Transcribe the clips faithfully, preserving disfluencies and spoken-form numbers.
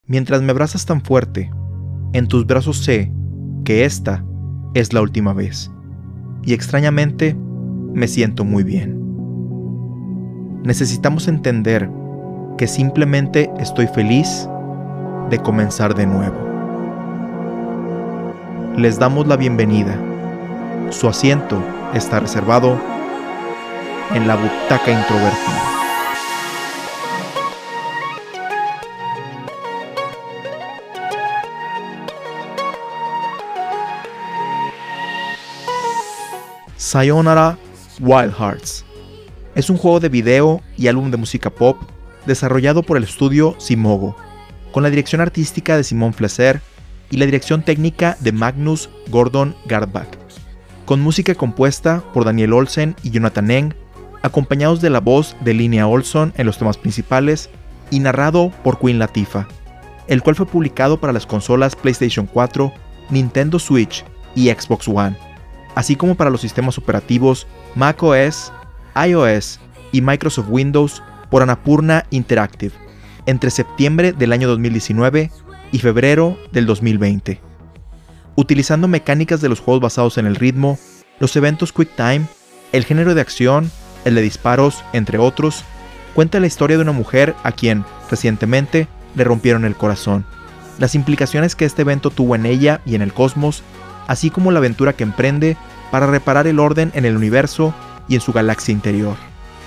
Mientras me abrazas tan fuerte, en tus brazos sé que esta es la última vez. Y extrañamente, me siento muy bien. Necesitamos entender que simplemente estoy feliz de comenzar de nuevo. Les damos la bienvenida. Su asiento está reservado en la butaca introvertida. Sayonara Wild Hearts es un juego de video y álbum de música pop desarrollado por el estudio Simogo, con la dirección artística de Simon Fleischer y la dirección técnica de Magnus Gordon Gardbach, con música compuesta por Daniel Olsen y Jonathan Eng, acompañados de la voz de Linnea Olson en los temas principales y narrado por Queen Latifah, el cual fue publicado para las consolas PlayStation cuatro, Nintendo Switch y Xbox One, así como para los sistemas operativos macOS, iOS y Microsoft Windows por Annapurna Interactive entre septiembre del año dos mil diecinueve y febrero del dos mil veinte. Utilizando mecánicas de los juegos basados en el ritmo, los eventos QuickTime, el género de acción, el de disparos, entre otros, cuenta la historia de una mujer a quien, recientemente, le rompieron el corazón, las implicaciones que este evento tuvo en ella y en el cosmos, así como la aventura que emprende para reparar el orden en el universo y en su galaxia interior.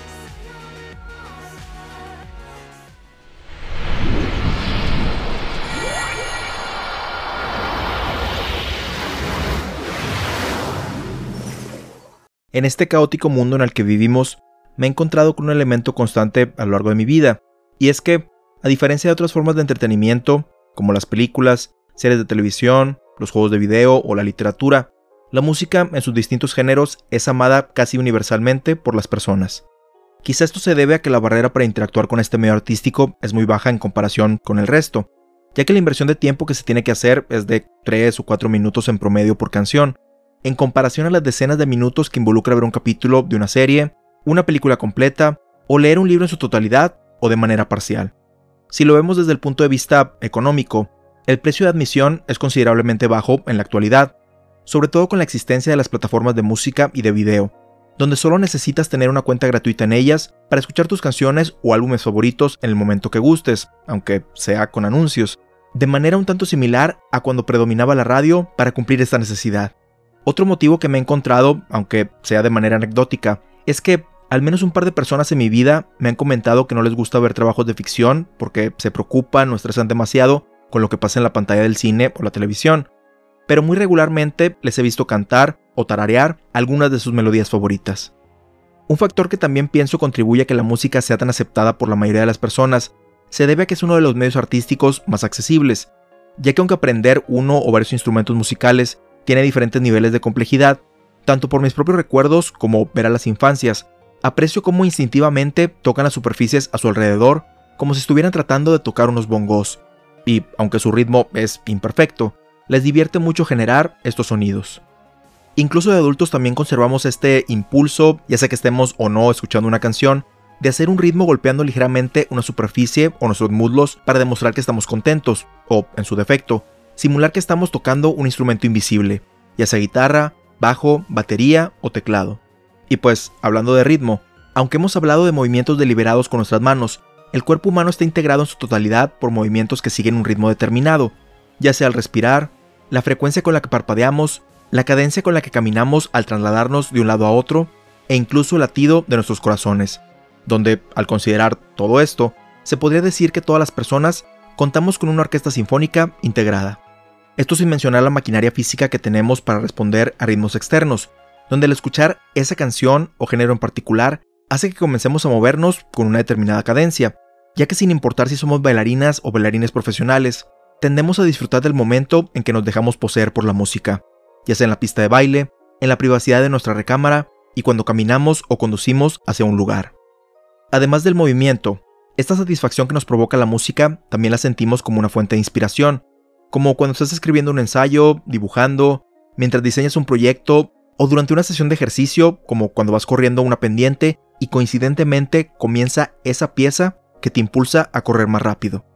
En este caótico mundo en el que vivimos, me he encontrado con un elemento constante a lo largo de mi vida, y es que, a diferencia de otras formas de entretenimiento, como las películas, series de televisión, los juegos de video o la literatura, la música en sus distintos géneros es amada casi universalmente por las personas. Quizá esto se debe a que la barrera para interactuar con este medio artístico es muy baja en comparación con el resto, ya que la inversión de tiempo que se tiene que hacer es de tres o cuatro minutos en promedio por canción, en comparación a las decenas de minutos que involucra ver un capítulo de una serie, una película completa, o leer un libro en su totalidad o de manera parcial. Si lo vemos desde el punto de vista económico, el precio de admisión es considerablemente bajo en la actualidad, sobre todo con la existencia de las plataformas de música y de video, donde solo necesitas tener una cuenta gratuita en ellas para escuchar tus canciones o álbumes favoritos en el momento que gustes, aunque sea con anuncios, de manera un tanto similar a cuando predominaba la radio para cumplir esta necesidad. Otro motivo que me he encontrado, aunque sea de manera anecdótica, es que al menos un par de personas en mi vida me han comentado que no les gusta ver trabajos de ficción porque se preocupan o estresan demasiado con lo que pasa en la pantalla del cine o la televisión, pero muy regularmente les he visto cantar o tararear algunas de sus melodías favoritas. Un factor que también pienso contribuye a que la música sea tan aceptada por la mayoría de las personas se debe a que es uno de los medios artísticos más accesibles, ya que aunque aprender uno o varios instrumentos musicales tiene diferentes niveles de complejidad, tanto por mis propios recuerdos como ver a las infancias, aprecio cómo instintivamente tocan las superficies a su alrededor como si estuvieran tratando de tocar unos bongos, y aunque su ritmo es imperfecto, les divierte mucho generar estos sonidos. Incluso de adultos también conservamos este impulso, ya sea que estemos o no escuchando una canción, de hacer un ritmo golpeando ligeramente una superficie o nuestros muslos para demostrar que estamos contentos, o, en su defecto, simular que estamos tocando un instrumento invisible, ya sea guitarra, bajo, batería o teclado. Y pues, hablando de ritmo, aunque hemos hablado de movimientos deliberados con nuestras manos, el cuerpo humano está integrado en su totalidad por movimientos que siguen un ritmo determinado, ya sea al respirar, la frecuencia con la que parpadeamos, la cadencia con la que caminamos al trasladarnos de un lado a otro, e incluso el latido de nuestros corazones, donde, al considerar todo esto, se podría decir que todas las personas contamos con una orquesta sinfónica integrada. Esto sin mencionar la maquinaria física que tenemos para responder a ritmos externos, donde el escuchar esa canción o género en particular hace que comencemos a movernos con una determinada cadencia, ya que sin importar si somos bailarinas o bailarines profesionales, tendemos a disfrutar del momento en que nos dejamos poseer por la música, ya sea en la pista de baile, en la privacidad de nuestra recámara y cuando caminamos o conducimos hacia un lugar. Además del movimiento, esta satisfacción que nos provoca la música también la sentimos como una fuente de inspiración, como cuando estás escribiendo un ensayo, dibujando, mientras diseñas un proyecto o durante una sesión de ejercicio, como cuando vas corriendo una pendiente y coincidentemente comienza esa pieza que te impulsa a correr más rápido.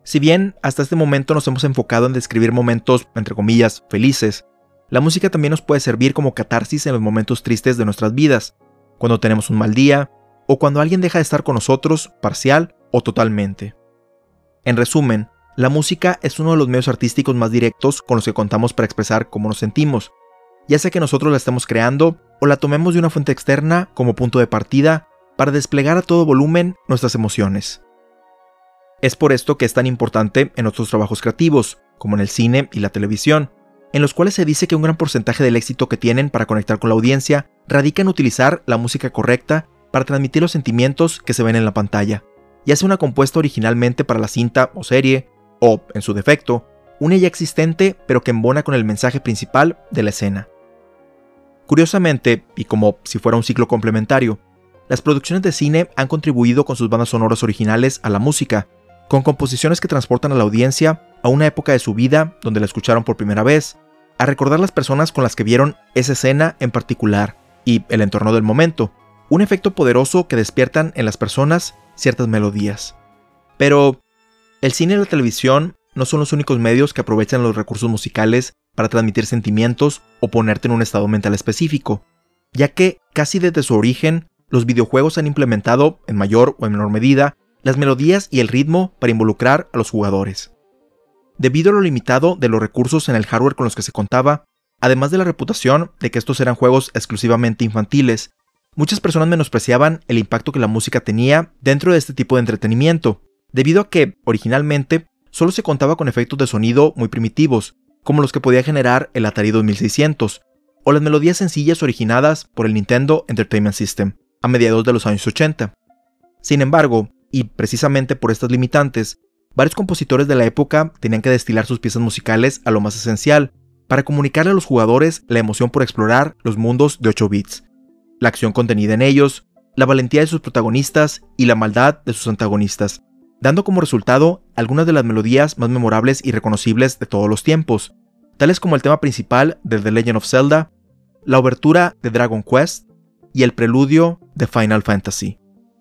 Si bien hasta este momento nos hemos enfocado en describir momentos, entre comillas, felices, la música también nos puede servir como catarsis en los momentos tristes de nuestras vidas, cuando tenemos un mal día, o cuando alguien deja de estar con nosotros, parcial o totalmente. En resumen, la música es uno de los medios artísticos más directos con los que contamos para expresar cómo nos sentimos, ya sea que nosotros la estemos creando o la tomemos de una fuente externa como punto de partida para desplegar a todo volumen nuestras emociones. Es por esto que es tan importante en otros trabajos creativos, como en el cine y la televisión, en los cuales se dice que un gran porcentaje del éxito que tienen para conectar con la audiencia radica en utilizar la música correcta para transmitir los sentimientos que se ven en la pantalla, ya sea una compuesta originalmente para la cinta o serie, o, en su defecto, una ya existente pero que embona con el mensaje principal de la escena. Curiosamente, y como si fuera un ciclo complementario, las producciones de cine han contribuido con sus bandas sonoras originales a la música, con composiciones que transportan a la audiencia a una época de su vida donde la escucharon por primera vez, a recordar las personas con las que vieron esa escena en particular y el entorno del momento, un efecto poderoso que despiertan en las personas ciertas melodías. Pero el cine y la televisión no son los únicos medios que aprovechan los recursos musicales para transmitir sentimientos o ponerte en un estado mental específico, ya que casi desde su origen los videojuegos han implementado, en mayor o en menor medida, las melodías y el ritmo para involucrar a los jugadores. Debido a lo limitado de los recursos en el hardware con los que se contaba, además de la reputación de que estos eran juegos exclusivamente infantiles, muchas personas menospreciaban el impacto que la música tenía dentro de este tipo de entretenimiento, debido a que, originalmente, solo se contaba con efectos de sonido muy primitivos, como los que podía generar el Atari dos mil seiscientos, o las melodías sencillas originadas por el Nintendo Entertainment System, a mediados de los años ochenta. Sin embargo, y precisamente por estas limitantes, varios compositores de la época tenían que destilar sus piezas musicales a lo más esencial, para comunicarle a los jugadores la emoción por explorar los mundos de ocho bits, la acción contenida en ellos, la valentía de sus protagonistas y la maldad de sus antagonistas, dando como resultado algunas de las melodías más memorables y reconocibles de todos los tiempos, tales como el tema principal de The Legend of Zelda, la obertura de Dragon Quest y el preludio de Final Fantasy.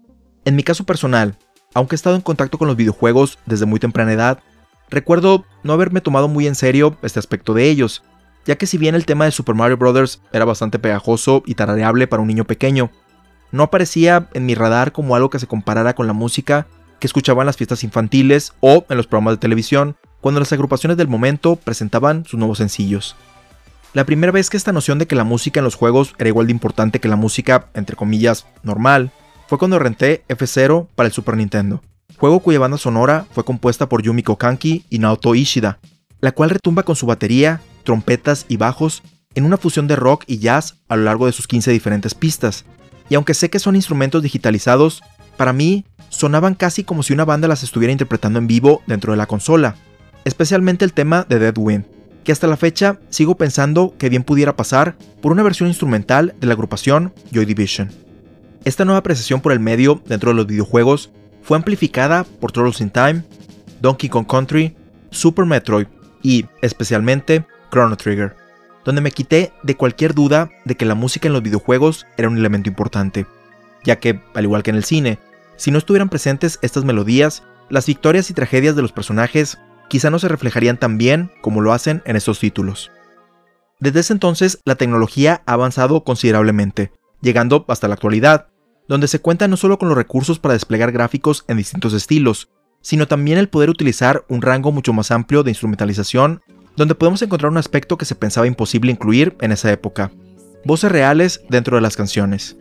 En mi caso personal, aunque he estado en contacto con los videojuegos desde muy temprana edad, recuerdo no haberme tomado muy en serio este aspecto de ellos, ya que si bien el tema de Super Mario Bros. Era bastante pegajoso y tarareable para un niño pequeño, no aparecía en mi radar como algo que se comparara con la música que escuchaba en las fiestas infantiles o en los programas de televisión, cuando las agrupaciones del momento presentaban sus nuevos sencillos. La primera vez que esta noción de que la música en los juegos era igual de importante que la música, entre comillas, normal, fue cuando renté F cero para el Super Nintendo, juego cuya banda sonora fue compuesta por Yumiko Kanki y Naoto Ishida, la cual retumba con su batería, trompetas y bajos en una fusión de rock y jazz a lo largo de sus quince diferentes pistas, y aunque sé que son instrumentos digitalizados, para mí sonaban casi como si una banda las estuviera interpretando en vivo dentro de la consola, especialmente el tema de Dead Wind, que hasta la fecha sigo pensando que bien pudiera pasar por una versión instrumental de la agrupación Joy Division. Esta nueva apreciación por el medio dentro de los videojuegos fue amplificada por Turtles in Time, Donkey Kong Country, Super Metroid y, especialmente, Chrono Trigger, donde me quité de cualquier duda de que la música en los videojuegos era un elemento importante, ya que, al igual que en el cine, si no estuvieran presentes estas melodías, las victorias y tragedias de los personajes quizá no se reflejarían tan bien como lo hacen en estos títulos. Desde ese entonces, la tecnología ha avanzado considerablemente, llegando hasta la actualidad, donde se cuenta no solo con los recursos para desplegar gráficos en distintos estilos, sino también el poder utilizar un rango mucho más amplio de instrumentalización, donde podemos encontrar un aspecto que se pensaba imposible incluir en esa época: voces reales dentro de las canciones.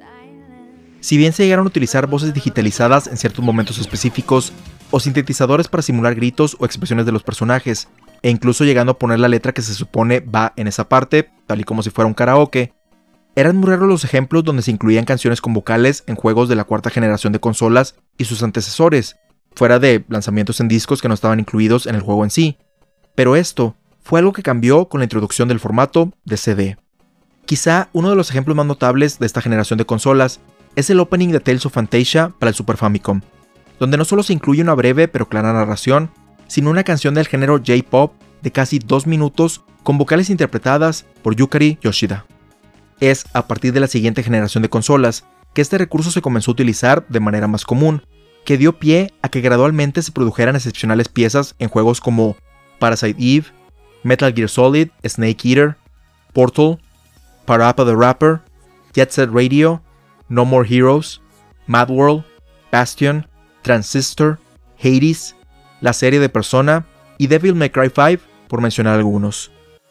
Si bien se llegaron a utilizar voces digitalizadas en ciertos momentos específicos, o sintetizadores para simular gritos o expresiones de los personajes, e incluso llegando a poner la letra que se supone va en esa parte, tal y como si fuera un karaoke, eran muy raros los ejemplos donde se incluían canciones con vocales en juegos de la cuarta generación de consolas y sus antecesores, fuera de lanzamientos en discos que no estaban incluidos en el juego en sí. Pero esto fue algo que cambió con la introducción del formato de C D. Quizá uno de los ejemplos más notables de esta generación de consolas es el opening de Tales of Phantasia para el Super Famicom, donde no solo se incluye una breve pero clara narración, sino una canción del género J-Pop de casi dos minutos con vocales interpretadas por Yukari Yoshida. Es a partir de la siguiente generación de consolas que este recurso se comenzó a utilizar de manera más común, que dio pie a que gradualmente se produjeran excepcionales piezas en juegos como Parasite Eve, Metal Gear Solid, Snake Eater, Portal, Parappa the Rapper, Jet Set Radio, No More Heroes, Mad World, Bastion, Transistor, Hades, la serie de Persona y Devil May Cry cinco, por mencionar algunos.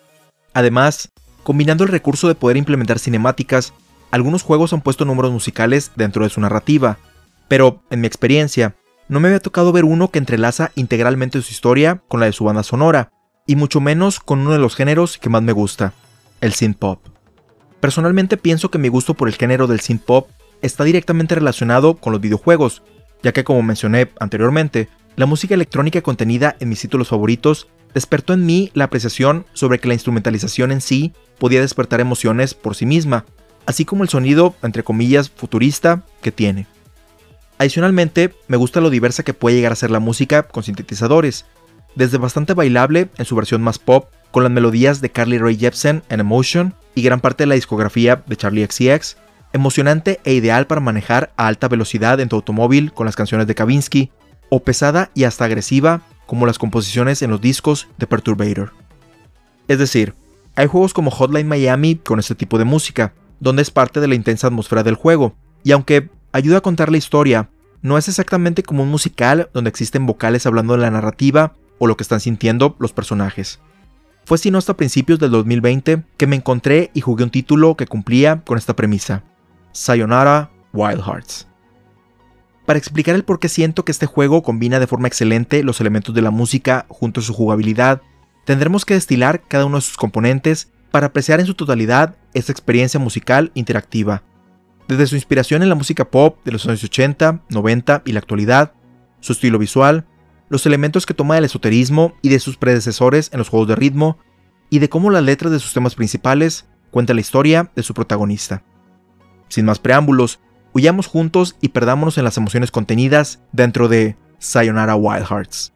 Además, combinando el recurso de poder implementar cinemáticas, algunos juegos han puesto números musicales dentro de su narrativa, pero, en mi experiencia, no me había tocado ver uno que entrelaza integralmente su historia con la de su banda sonora, y mucho menos con uno de los géneros que más me gusta, el synth-pop. Personalmente pienso que mi gusto por el género del synth-pop está directamente relacionado con los videojuegos, ya que, como mencioné anteriormente, la música electrónica contenida en mis títulos favoritos despertó en mí la apreciación sobre que la instrumentalización en sí podía despertar emociones por sí misma, así como el sonido, entre comillas, futurista que tiene. Adicionalmente, me gusta lo diversa que puede llegar a ser la música con sintetizadores, desde bastante bailable en su versión más pop, con las melodías de Carly Rae Jepsen en Emotion y gran parte de la discografía de Charli X C X, emocionante e ideal para manejar a alta velocidad en tu automóvil con las canciones de Kavinsky, o pesada y hasta agresiva como las composiciones en los discos de Perturbator. Es decir, hay juegos como Hotline Miami con este tipo de música, donde es parte de la intensa atmósfera del juego, y aunque ayuda a contar la historia, no es exactamente como un musical donde existen vocales hablando de la narrativa o lo que están sintiendo los personajes. Fue sino hasta principios del dos mil veinte que me encontré y jugué un título que cumplía con esta premisa: Sayonara Wild Hearts. Para explicar el por qué siento que este juego combina de forma excelente los elementos de la música junto a su jugabilidad, tendremos que destilar cada uno de sus componentes para apreciar en su totalidad esta experiencia musical interactiva. Desde su inspiración en la música pop de los años ochenta, noventa y la actualidad, su estilo visual, los elementos que toma del esoterismo y de sus predecesores en los juegos de ritmo, y de cómo las letras de sus temas principales cuentan la historia de su protagonista. Sin más preámbulos, huyamos juntos y perdámonos en las emociones contenidas dentro de Sayonara Wild Hearts.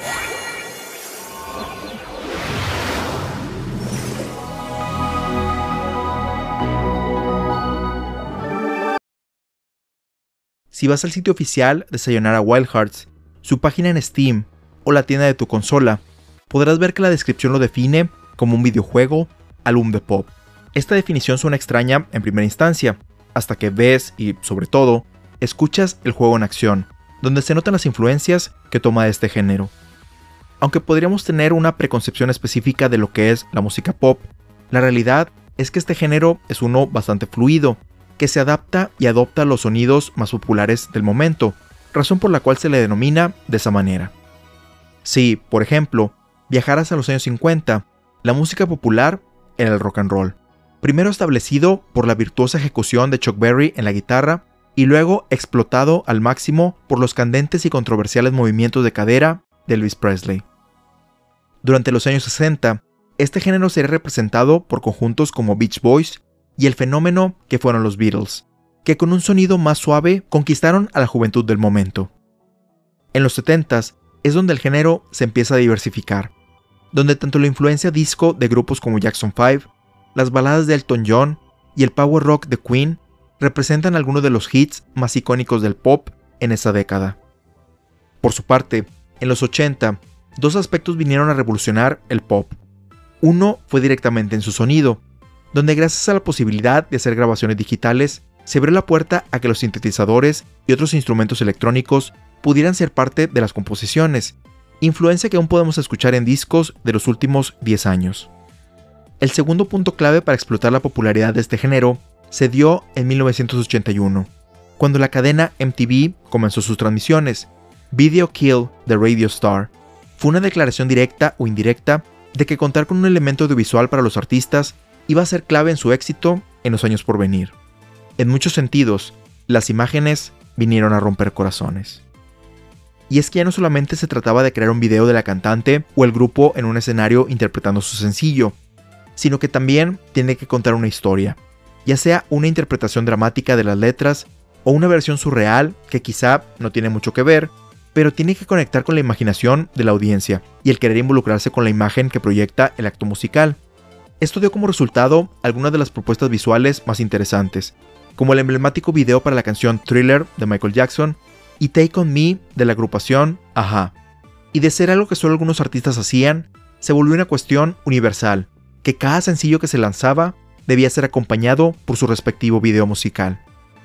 Si vas al sitio oficial de Sayonara Wild Hearts, su página en Steam o la tienda de tu consola, podrás ver que la descripción lo define como un videojuego álbum de pop. Esta definición suena extraña en primera instancia, hasta que ves y, sobre todo, escuchas el juego en acción, donde se notan las influencias que toma de este género. Aunque podríamos tener una preconcepción específica de lo que es la música pop, la realidad es que este género es uno bastante fluido, que se adapta y adopta los sonidos más populares del momento, razón por la cual se le denomina de esa manera. Si, por ejemplo, viajaras a los años cincuenta, la música popular era el rock and roll, primero establecido por la virtuosa ejecución de Chuck Berry en la guitarra y luego explotado al máximo por los candentes y controversiales movimientos de cadera de Elvis Presley. Durante los años sesenta, este género sería representado por conjuntos como Beach Boys y el fenómeno que fueron los Beatles, que con un sonido más suave conquistaron a la juventud del momento. En los setentas es donde el género se empieza a diversificar, donde tanto la influencia disco de grupos como Jackson five, las baladas de Elton John y el power rock de Queen representan algunos de los hits más icónicos del pop en esa década. Por su parte, en los ochenta, dos aspectos vinieron a revolucionar el pop. Uno fue directamente en su sonido, donde gracias a la posibilidad de hacer grabaciones digitales, se abrió la puerta a que los sintetizadores y otros instrumentos electrónicos pudieran ser parte de las composiciones, influencia que aún podemos escuchar en discos de los últimos diez años. El segundo punto clave para explotar la popularidad de este género se dio en mil novecientos ochenta y uno, cuando la cadena M T V comenzó sus transmisiones. Video Kill the Radio Star fue una declaración directa o indirecta de que contar con un elemento audiovisual para los artistas iba a ser clave en su éxito en los años por venir. En muchos sentidos, las imágenes vinieron a romper corazones. Y es que ya no solamente se trataba de crear un video de la cantante o el grupo en un escenario interpretando su sencillo, sino que también tiene que contar una historia, ya sea una interpretación dramática de las letras o una versión surreal que quizá no tiene mucho que ver, pero tiene que conectar con la imaginación de la audiencia y el querer involucrarse con la imagen que proyecta el acto musical. Esto dio como resultado algunas de las propuestas visuales más interesantes, como el emblemático video para la canción Thriller de Michael Jackson y Take On Me de la agrupación a-ha. Y de ser algo que solo algunos artistas hacían, se volvió una cuestión universal, que cada sencillo que se lanzaba debía ser acompañado por su respectivo video musical.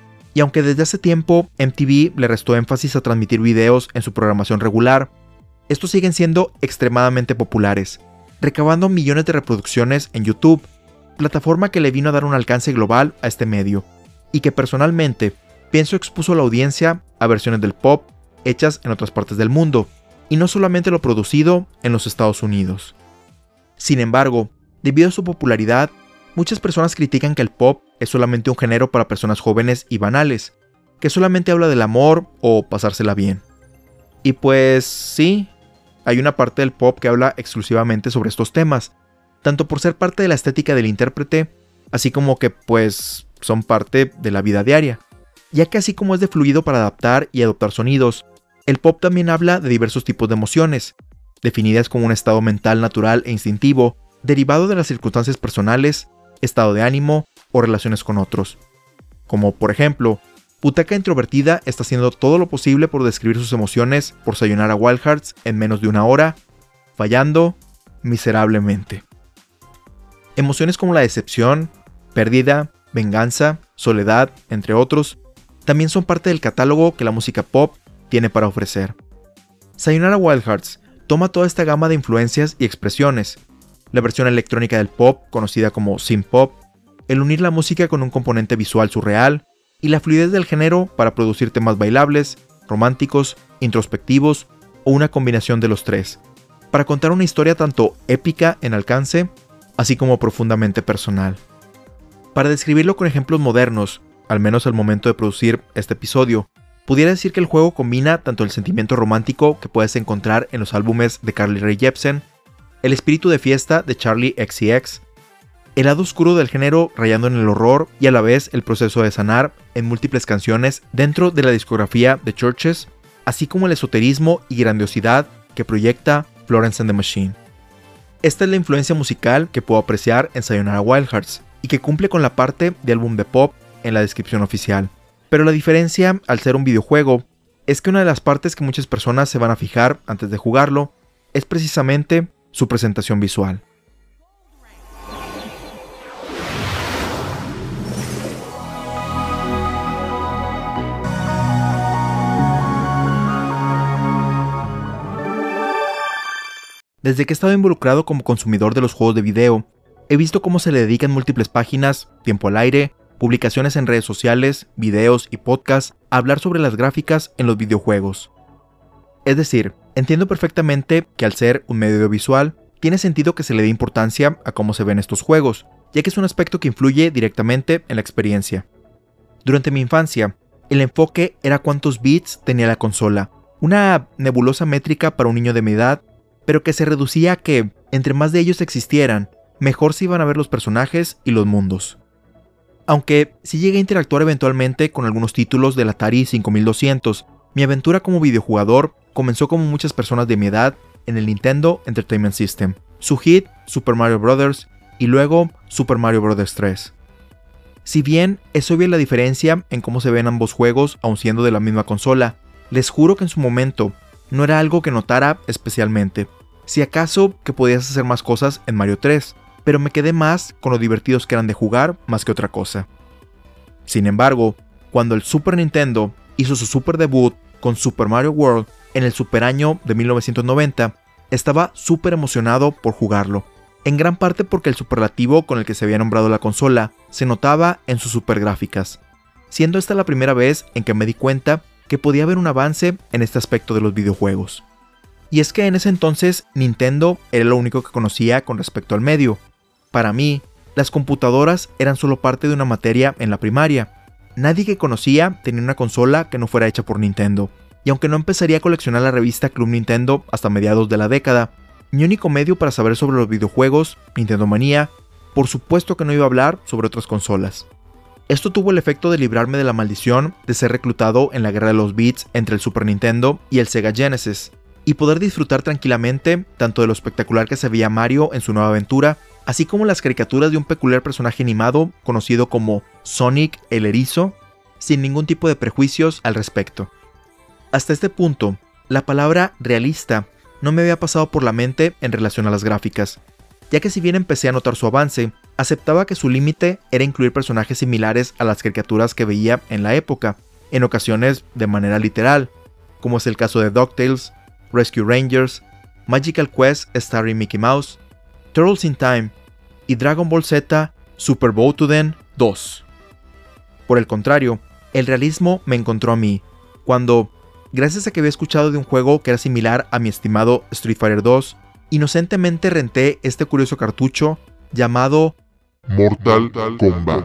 Y aunque desde hace tiempo M T V le restó énfasis a transmitir videos en su programación regular, estos siguen siendo extremadamente populares, recabando millones de reproducciones en YouTube, plataforma que le vino a dar un alcance global a este medio, y que personalmente pienso expuso a la audiencia a versiones del pop hechas en otras partes del mundo, y no solamente lo producido en los Estados Unidos. Sin embargo, debido a su popularidad, muchas personas critican que el pop es solamente un género para personas jóvenes y banales, que solamente habla del amor o pasársela bien. Y pues sí, hay una parte del pop que habla exclusivamente sobre estos temas, tanto por ser parte de la estética del intérprete, así como que pues son parte de la vida diaria, ya que así como es de fluido para adaptar y adoptar sonidos, el pop también habla de diversos tipos de emociones, definidas como un estado mental natural e instintivo, derivado de las circunstancias personales, estado de ánimo o relaciones con otros. Como por ejemplo, Butaca Introvertida está haciendo todo lo posible por describir sus emociones por Sayonara Wild Hearts en menos de una hora, fallando miserablemente. Emociones como la decepción, pérdida, venganza, soledad, entre otros, también son parte del catálogo que la música pop tiene para ofrecer. Sayonara Wild Hearts toma toda esta gama de influencias y expresiones, la versión electrónica del pop, conocida como synth pop, el unir la música con un componente visual surreal, y la fluidez del género para producir temas bailables, románticos, introspectivos o una combinación de los tres, para contar una historia tanto épica en alcance, así como profundamente personal. Para describirlo con ejemplos modernos, al menos al momento de producir este episodio, pudiera decir que el juego combina tanto el sentimiento romántico que puedes encontrar en los álbumes de Carly Rae Jepsen, el espíritu de fiesta de Charli X C X, el lado oscuro del género rayando en el horror y a la vez el proceso de sanar en múltiples canciones dentro de la discografía de Churches, así como el esoterismo y grandiosidad que proyecta Florence and the Machine. Esta es la influencia musical que puedo apreciar en Sayonara Wild Hearts y que cumple con la parte de álbum de pop en la descripción oficial. Pero la diferencia, al ser un videojuego, es que una de las partes que muchas personas se van a fijar antes de jugarlo es precisamente su presentación visual. Desde que he estado involucrado como consumidor de los juegos de video, he visto cómo se le dedican múltiples páginas, tiempo al aire, publicaciones en redes sociales, videos y podcasts a hablar sobre las gráficas en los videojuegos. Es decir, entiendo perfectamente que al ser un medio audiovisual, tiene sentido que se le dé importancia a cómo se ven estos juegos, ya que es un aspecto que influye directamente en la experiencia. Durante mi infancia, el enfoque era cuántos bits tenía la consola, una nebulosa métrica para un niño de mi edad, pero que se reducía a que, entre más de ellos existieran, mejor se iban a ver los personajes y los mundos. Aunque sí llegué a interactuar eventualmente con algunos títulos del Atari cinco mil doscientos, mi aventura como videojugador comenzó como muchas personas de mi edad en el Nintendo Entertainment System, su hit Super Mario Bros. Y luego Super Mario Bros. tres. Si bien es obvia la diferencia en cómo se ven ambos juegos aun siendo de la misma consola, les juro que en su momento no era algo que notara especialmente. Si acaso que podías hacer más cosas en Mario tres, pero me quedé más con lo divertidos que eran de jugar más que otra cosa. Sin embargo, cuando el Super Nintendo hizo su super debut con Super Mario World en el super año de mil novecientos noventa, estaba súper emocionado por jugarlo, en gran parte porque el superlativo con el que se había nombrado la consola se notaba en sus super gráficas, siendo esta la primera vez en que me di cuenta que podía haber un avance en este aspecto de los videojuegos. Y es que en ese entonces Nintendo era lo único que conocía con respecto al medio. Para mí, las computadoras eran solo parte de una materia en la primaria. Nadie que conocía tenía una consola que no fuera hecha por Nintendo. Y aunque no empezaría a coleccionar la revista Club Nintendo hasta mediados de la década, mi único medio para saber sobre los videojuegos, Nintendo Manía, por supuesto que no iba a hablar sobre otras consolas. Esto tuvo el efecto de librarme de la maldición de ser reclutado en la guerra de los bits entre el Super Nintendo y el Sega Genesis, y poder disfrutar tranquilamente tanto de lo espectacular que se veía Mario en su nueva aventura, así como las caricaturas de un peculiar personaje animado conocido como Sonic el Erizo, sin ningún tipo de prejuicios al respecto. Hasta este punto, la palabra realista no me había pasado por la mente en relación a las gráficas, ya que si bien empecé a notar su avance, aceptaba que su límite era incluir personajes similares a las caricaturas que veía en la época, en ocasiones de manera literal, como es el caso de DuckTales, Rescue Rangers, Magical Quest starring Mickey Mouse, Turtles in Time y Dragon Ball Z Super Boutuden dos. Por el contrario, el realismo me encontró a mí, cuando, gracias a que había escuchado de un juego que era similar a mi estimado Street Fighter dos, inocentemente renté este curioso cartucho llamado Mortal Kombat.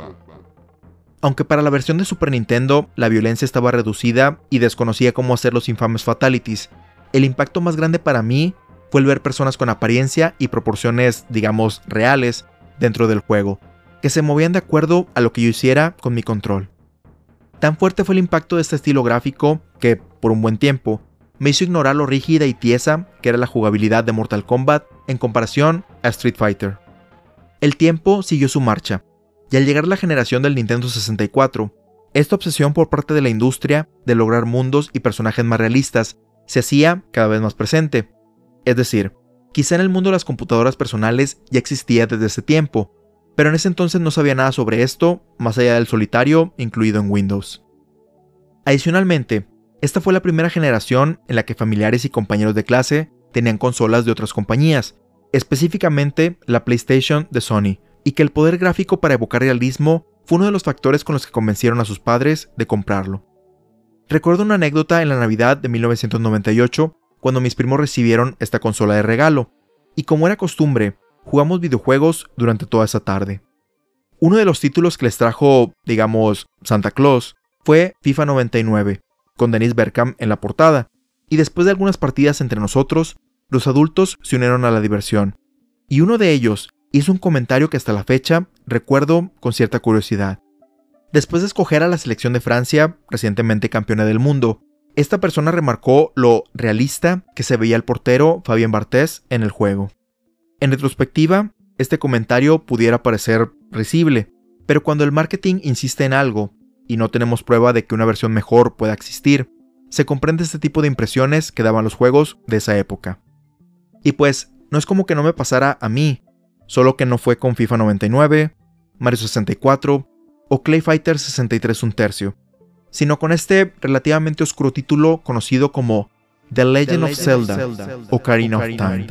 Aunque para la versión de Super Nintendo la violencia estaba reducida y desconocía cómo hacer los infames fatalities, el impacto más grande para mí fue el ver personas con apariencia y proporciones, digamos, reales dentro del juego, que se movían de acuerdo a lo que yo hiciera con mi control. Tan fuerte fue el impacto de este estilo gráfico que, por un buen tiempo, me hizo ignorar lo rígida y tiesa que era la jugabilidad de Mortal Kombat en comparación a Street Fighter. El tiempo siguió su marcha, y al llegar la generación del Nintendo sesenta y cuatro, esta obsesión por parte de la industria de lograr mundos y personajes más realistas se hacía cada vez más presente. Es decir, quizá en el mundo de las computadoras personales ya existía desde ese tiempo, pero en ese entonces no sabía nada sobre esto, más allá del solitario incluido en Windows. Adicionalmente, esta fue la primera generación en la que familiares y compañeros de clase tenían consolas de otras compañías, específicamente la PlayStation de Sony, y que el poder gráfico para evocar realismo fue uno de los factores con los que convencieron a sus padres de comprarlo. Recuerdo una anécdota en la Navidad de mil novecientos noventa y ocho, cuando mis primos recibieron esta consola de regalo, y como era costumbre, jugamos videojuegos durante toda esa tarde. Uno de los títulos que les trajo, digamos, Santa Claus, fue FIFA noventa y nueve, con Dennis Bergkamp en la portada, y después de algunas partidas entre nosotros, los adultos se unieron a la diversión, y uno de ellos hizo un comentario que hasta la fecha recuerdo con cierta curiosidad. Después de escoger a la selección de Francia, recientemente campeona del mundo, esta persona remarcó lo realista que se veía el portero Fabien Barthez en el juego. En retrospectiva, este comentario pudiera parecer risible, pero cuando el marketing insiste en algo, y no tenemos prueba de que una versión mejor pueda existir, se comprende este tipo de impresiones que daban los juegos de esa época. Y pues, no es como que no me pasara a mí, solo que no fue con FIFA noventa y nueve, Mario sesenta y cuatro o Clay Fighter sesenta y tres un tercio, sino con este relativamente oscuro título conocido como The Legend of Zelda o Ocarina of Time.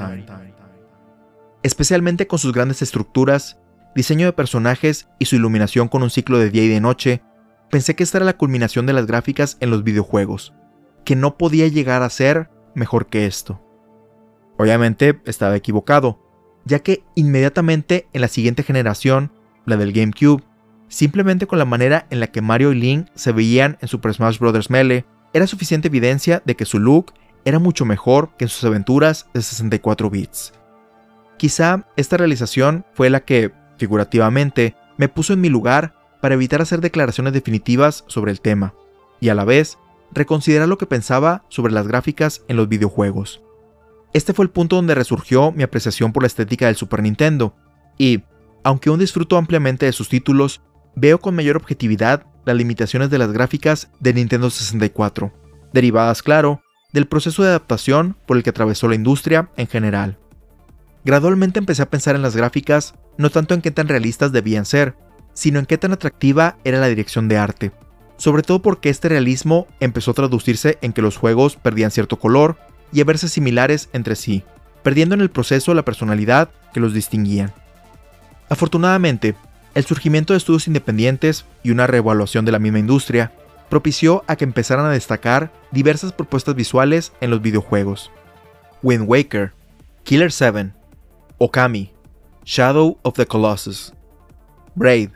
Especialmente con sus grandes estructuras, diseño de personajes y su iluminación con un ciclo de día y de noche, pensé que esta era la culminación de las gráficas en los videojuegos, que no podía llegar a ser mejor que esto. Obviamente estaba equivocado, ya que inmediatamente en la siguiente generación, la del GameCube, simplemente con la manera en la que Mario y Link se veían en Super Smash bros. Melee, era suficiente evidencia de que su look era mucho mejor que en sus aventuras de sesenta y cuatro bits. Quizá esta realización fue la que, figurativamente, me puso en mi lugar para evitar hacer declaraciones definitivas sobre el tema, y a la vez, reconsiderar lo que pensaba sobre las gráficas en los videojuegos. Este fue el punto donde resurgió mi apreciación por la estética del Super Nintendo, y, aunque aún disfruto ampliamente de sus títulos, veo con mayor objetividad las limitaciones de las gráficas de Nintendo sesenta y cuatro, derivadas, claro, del proceso de adaptación por el que atravesó la industria en general. Gradualmente empecé a pensar en las gráficas no tanto en qué tan realistas debían ser, sino en qué tan atractiva era la dirección de arte, sobre todo porque este realismo empezó a traducirse en que los juegos perdían cierto color y a verse similares entre sí, perdiendo en el proceso la personalidad que los distinguían. Afortunadamente, el surgimiento de estudios independientes y una reevaluación de la misma industria propició a que empezaran a destacar diversas propuestas visuales en los videojuegos. Wind Waker, Killer seven, Okami, Shadow of the Colossus, Braid,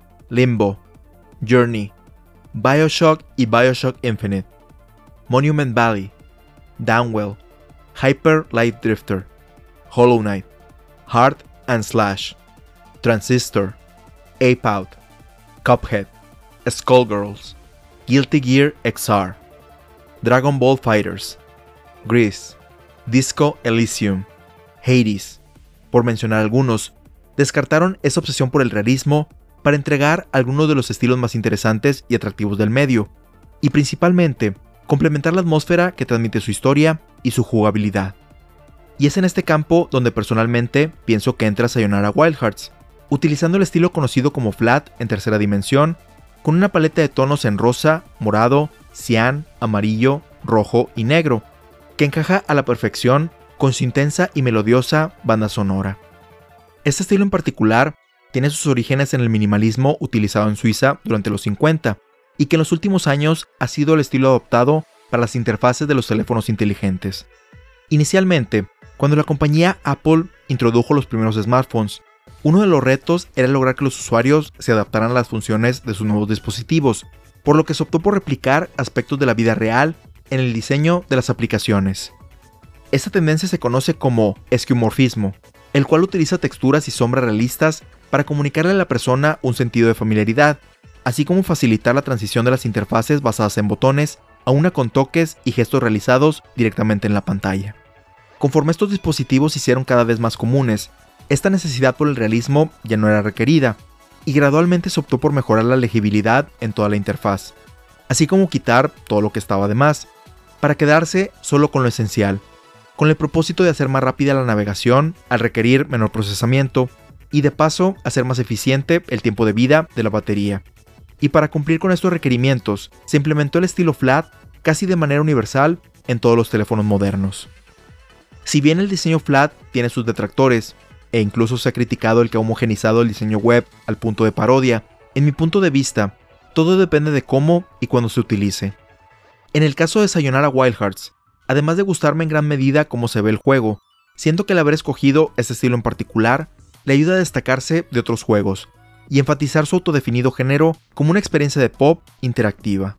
Limbo, Journey, BioShock y BioShock Infinite, Monument Valley, Downwell, Hyper Light Drifter, Hollow Knight, Hard and Slash, Transistor, Ape Out, Cuphead, Skullgirls, Guilty Gear X R, Dragon Ball Fighters, Gris, Disco Elysium, Hades, por mencionar algunos, descartaron esa obsesión por el realismo para entregar algunos de los estilos más interesantes y atractivos del medio, y principalmente complementar la atmósfera que transmite su historia y su jugabilidad. Y es en este campo donde personalmente pienso que entra Sayonara Wild Hearts, utilizando el estilo conocido como flat en tercera dimensión, con una paleta de tonos en rosa, morado, cian, amarillo, rojo y negro, que encaja a la perfección con su intensa y melodiosa banda sonora. Este estilo en particular tiene sus orígenes en el minimalismo utilizado en Suiza durante los cincuenta, y que en los últimos años ha sido el estilo adoptado para las interfaces de los teléfonos inteligentes. Inicialmente, cuando la compañía Apple introdujo los primeros smartphones, uno de los retos era lograr que los usuarios se adaptaran a las funciones de sus nuevos dispositivos, por lo que se optó por replicar aspectos de la vida real en el diseño de las aplicaciones. Esta tendencia se conoce como esquiomorfismo, el cual utiliza texturas y sombras realistas para comunicarle a la persona un sentido de familiaridad, así como facilitar la transición de las interfaces basadas en botones a una con toques y gestos realizados directamente en la pantalla. Conforme estos dispositivos se hicieron cada vez más comunes, esta necesidad por el realismo ya no era requerida, y gradualmente se optó por mejorar la legibilidad en toda la interfaz, así como quitar todo lo que estaba de más, para quedarse solo con lo esencial, con el propósito de hacer más rápida la navegación al requerir menor procesamiento, y de paso hacer más eficiente el tiempo de vida de la batería. Y para cumplir con estos requerimientos, se implementó el estilo flat casi de manera universal en todos los teléfonos modernos. Si bien el diseño flat tiene sus detractores, e incluso se ha criticado el que ha homogenizado el diseño web al punto de parodia, en mi punto de vista, todo depende de cómo y cuándo se utilice. En el caso de Sayonara Wild Hearts, además de gustarme en gran medida cómo se ve el juego, siento que el haber escogido este estilo en particular le ayuda a destacarse de otros juegos, y enfatizar su autodefinido género como una experiencia de pop interactiva.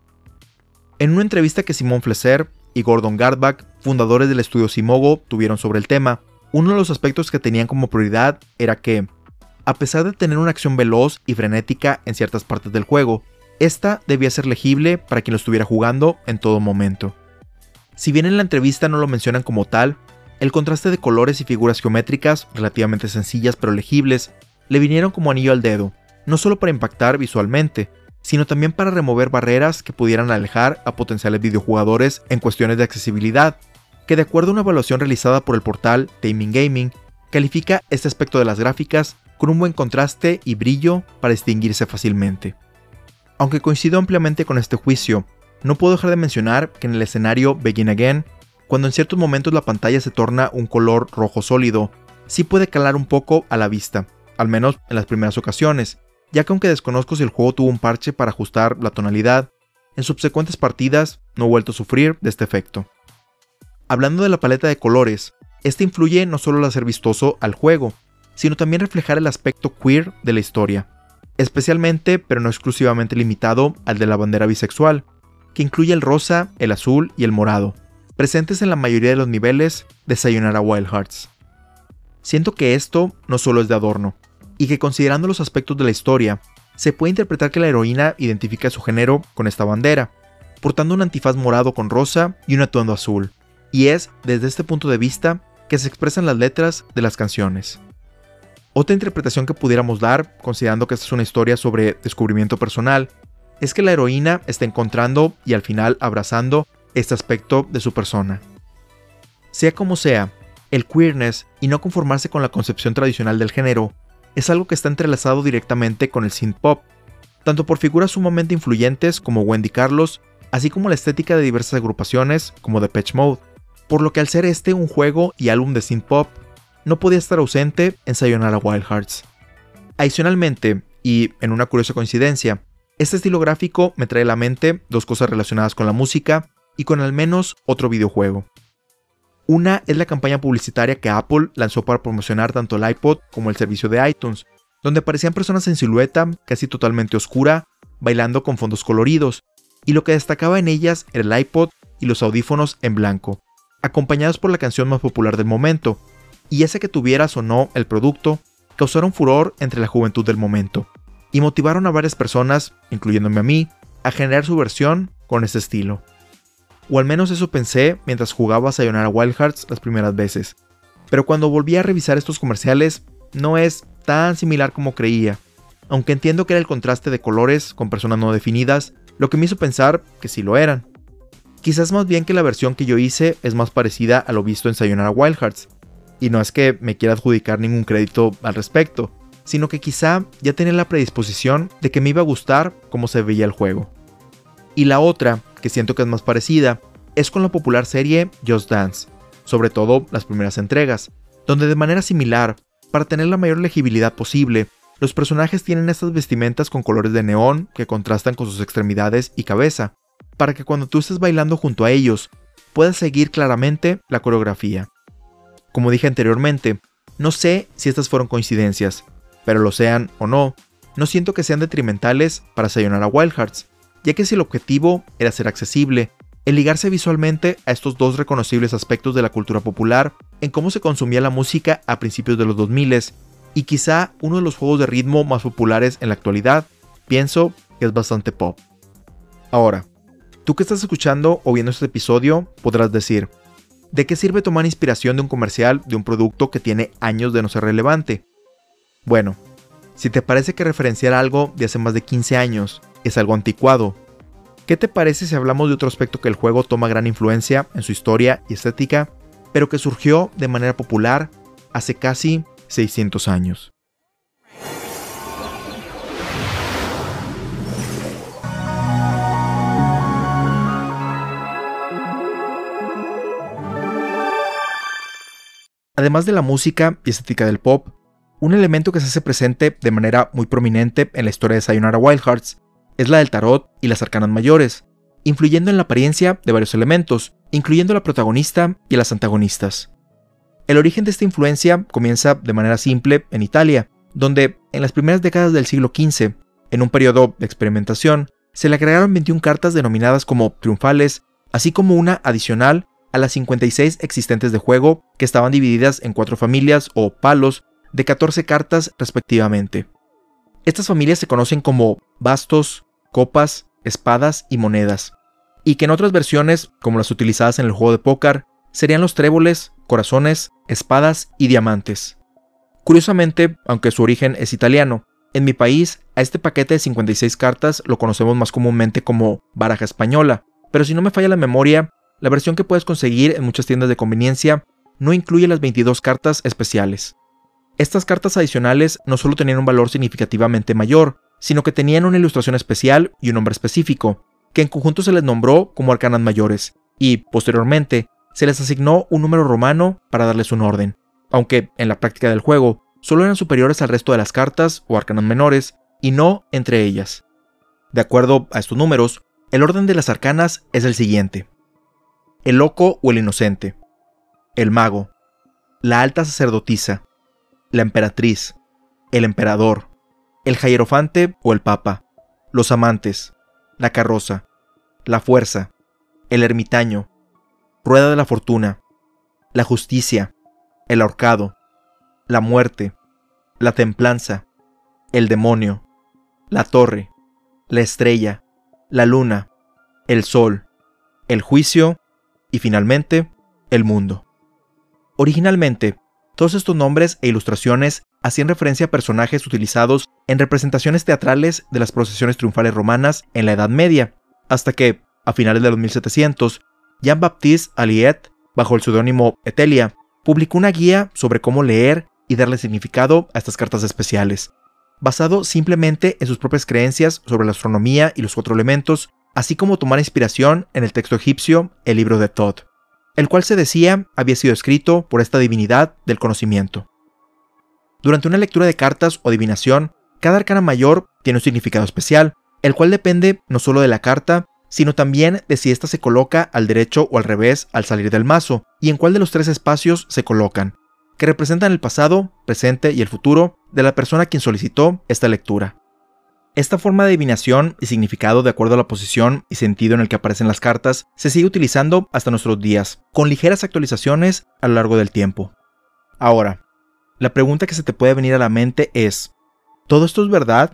En una entrevista que Simon Flesser y Gordon Gardbach, fundadores del estudio Simogo, tuvieron sobre el tema, uno de los aspectos que tenían como prioridad era que, a pesar de tener una acción veloz y frenética en ciertas partes del juego, esta debía ser legible para quien lo estuviera jugando en todo momento. Si bien en la entrevista no lo mencionan como tal, el contraste de colores y figuras geométricas, relativamente sencillas pero legibles, le vinieron como anillo al dedo, no solo para impactar visualmente, sino también para remover barreras que pudieran alejar a potenciales videojugadores en cuestiones de accesibilidad, que de acuerdo a una evaluación realizada por el portal Taming Gaming, califica este aspecto de las gráficas con un buen contraste y brillo para distinguirse fácilmente. Aunque coincido ampliamente con este juicio, no puedo dejar de mencionar que en el escenario Begin Again, cuando en ciertos momentos la pantalla se torna un color rojo sólido, sí puede calar un poco a la vista, al menos en las primeras ocasiones, ya que aunque desconozco si el juego tuvo un parche para ajustar la tonalidad, en subsecuentes partidas no he vuelto a sufrir de este efecto. Hablando de la paleta de colores, esta influye no solo al hacer vistoso al juego, sino también reflejar el aspecto queer de la historia, especialmente pero no exclusivamente limitado al de la bandera bisexual, que incluye el rosa, el azul y el morado, presentes en la mayoría de los niveles de Sayonara Wild Hearts. Siento que esto no solo es de adorno, y que considerando los aspectos de la historia, se puede interpretar que la heroína identifica su género con esta bandera, portando un antifaz morado con rosa y un atuendo azul, y es desde este punto de vista que se expresan las letras de las canciones. Otra interpretación que pudiéramos dar, considerando que esta es una historia sobre descubrimiento personal, es que la heroína está encontrando y al final abrazando este aspecto de su persona. Sea como sea, el queerness y no conformarse con la concepción tradicional del género es algo que está entrelazado directamente con el synth pop, tanto por figuras sumamente influyentes como Wendy Carlos, así como la estética de diversas agrupaciones como Depeche Mode, por lo que al ser este un juego y álbum de synth pop, no podía estar ausente en Sayonara Wild Hearts. Adicionalmente, y en una curiosa coincidencia, este estilo gráfico me trae a la mente dos cosas relacionadas con la música y con al menos otro videojuego. Una es la campaña publicitaria que Apple lanzó para promocionar tanto el iPod como el servicio de iTunes, donde aparecían personas en silueta, casi totalmente oscura, bailando con fondos coloridos, y lo que destacaba en ellas era el iPod y los audífonos en blanco, acompañados por la canción más popular del momento, y ese que tuvieras o no el producto, causaron furor entre la juventud del momento, y motivaron a varias personas, incluyéndome a mí, a generar su versión con este estilo. O al menos eso pensé mientras jugaba Sayonara Wild Hearts las primeras veces. Pero cuando volví a revisar estos comerciales, no es tan similar como creía, aunque entiendo que era el contraste de colores con personas no definidas lo que me hizo pensar que sí lo eran. Quizás más bien que la versión que yo hice es más parecida a lo visto en Sayonara Wild Hearts, y no es que me quiera adjudicar ningún crédito al respecto, sino que quizá ya tenía la predisposición de que me iba a gustar cómo se veía el juego. Y la otra, que siento que es más parecida, es con la popular serie Just Dance, sobre todo las primeras entregas, donde de manera similar, para tener la mayor legibilidad posible, los personajes tienen estas vestimentas con colores de neón que contrastan con sus extremidades y cabeza, para que cuando tú estés bailando junto a ellos, puedas seguir claramente la coreografía. Como dije anteriormente, no sé si estas fueron coincidencias, pero lo sean o no, no siento que sean detrimentales para Sayonara Wild Hearts, ya que si el objetivo era ser accesible, el ligarse visualmente a estos dos reconocibles aspectos de la cultura popular en cómo se consumía la música a principios de los dos mil y quizá uno de los juegos de ritmo más populares en la actualidad, pienso que es bastante pop. Ahora, tú que estás escuchando o viendo este episodio podrás decir, ¿de qué sirve tomar inspiración de un comercial de un producto que tiene años de no ser relevante? Bueno, si te parece que referenciar algo de hace más de quince años es algo anticuado, ¿qué te parece si hablamos de otro aspecto que el juego toma gran influencia en su historia y estética, pero que surgió de manera popular hace casi seiscientos años? Además de la música y estética del pop, un elemento que se hace presente de manera muy prominente en la historia de Sayonara Wild Hearts es la del tarot y las arcanas mayores, influyendo en la apariencia de varios elementos, incluyendo a la protagonista y a las antagonistas. El origen de esta influencia comienza de manera simple en Italia, donde en las primeras décadas del siglo quince, en un periodo de experimentación, se le agregaron veintiuna cartas denominadas como triunfales, así como una adicional a las cincuenta y seis existentes de juego, que estaban divididas en cuatro familias o palos de catorce cartas respectivamente. Estas familias se conocen como bastos, copas, espadas y monedas, y que en otras versiones, como las utilizadas en el juego de póker, serían los tréboles, corazones, espadas y diamantes. Curiosamente, aunque su origen es italiano, en mi país a este paquete de cincuenta y seis cartas lo conocemos más comúnmente como baraja española, pero si no me falla la memoria, la versión que puedes conseguir en muchas tiendas de conveniencia no incluye las veintidós cartas especiales. Estas cartas adicionales no solo tenían un valor significativamente mayor, sino que tenían una ilustración especial y un nombre específico, que en conjunto se les nombró como arcanas mayores, y, posteriormente, se les asignó un número romano para darles un orden, aunque en la práctica del juego solo eran superiores al resto de las cartas o arcanas menores, y no entre ellas. De acuerdo a estos números, el orden de las arcanas es el siguiente: el loco o el inocente, el mago, la alta sacerdotisa, la emperatriz, el emperador, el hierofante o el papa, los amantes, la carroza, la fuerza, el ermitaño, rueda de la fortuna, la justicia, el ahorcado, la muerte, la templanza, el demonio, la torre, la estrella, la luna, el sol, el juicio y finalmente el mundo. Originalmente, todos estos nombres e ilustraciones hacían referencia a personajes utilizados en representaciones teatrales de las procesiones triunfales romanas en la Edad Media, hasta que, a finales de los mil setecientos, Jean-Baptiste Alliot, bajo el seudónimo Etelia, publicó una guía sobre cómo leer y darle significado a estas cartas especiales, basado simplemente en sus propias creencias sobre la astronomía y los cuatro elementos, así como tomar inspiración en el texto egipcio, el libro de Thoth, el cual se decía había sido escrito por esta divinidad del conocimiento. Durante una lectura de cartas o adivinación, cada arcana mayor tiene un significado especial, el cual depende no solo de la carta, sino también de si ésta se coloca al derecho o al revés al salir del mazo, y en cuál de los tres espacios se colocan, que representan el pasado, presente y el futuro de la persona a quien solicitó esta lectura. Esta forma de adivinación y significado de acuerdo a la posición y sentido en el que aparecen las cartas se sigue utilizando hasta nuestros días, con ligeras actualizaciones a lo largo del tiempo. Ahora, la pregunta que se te puede venir a la mente es, ¿todo esto es verdad?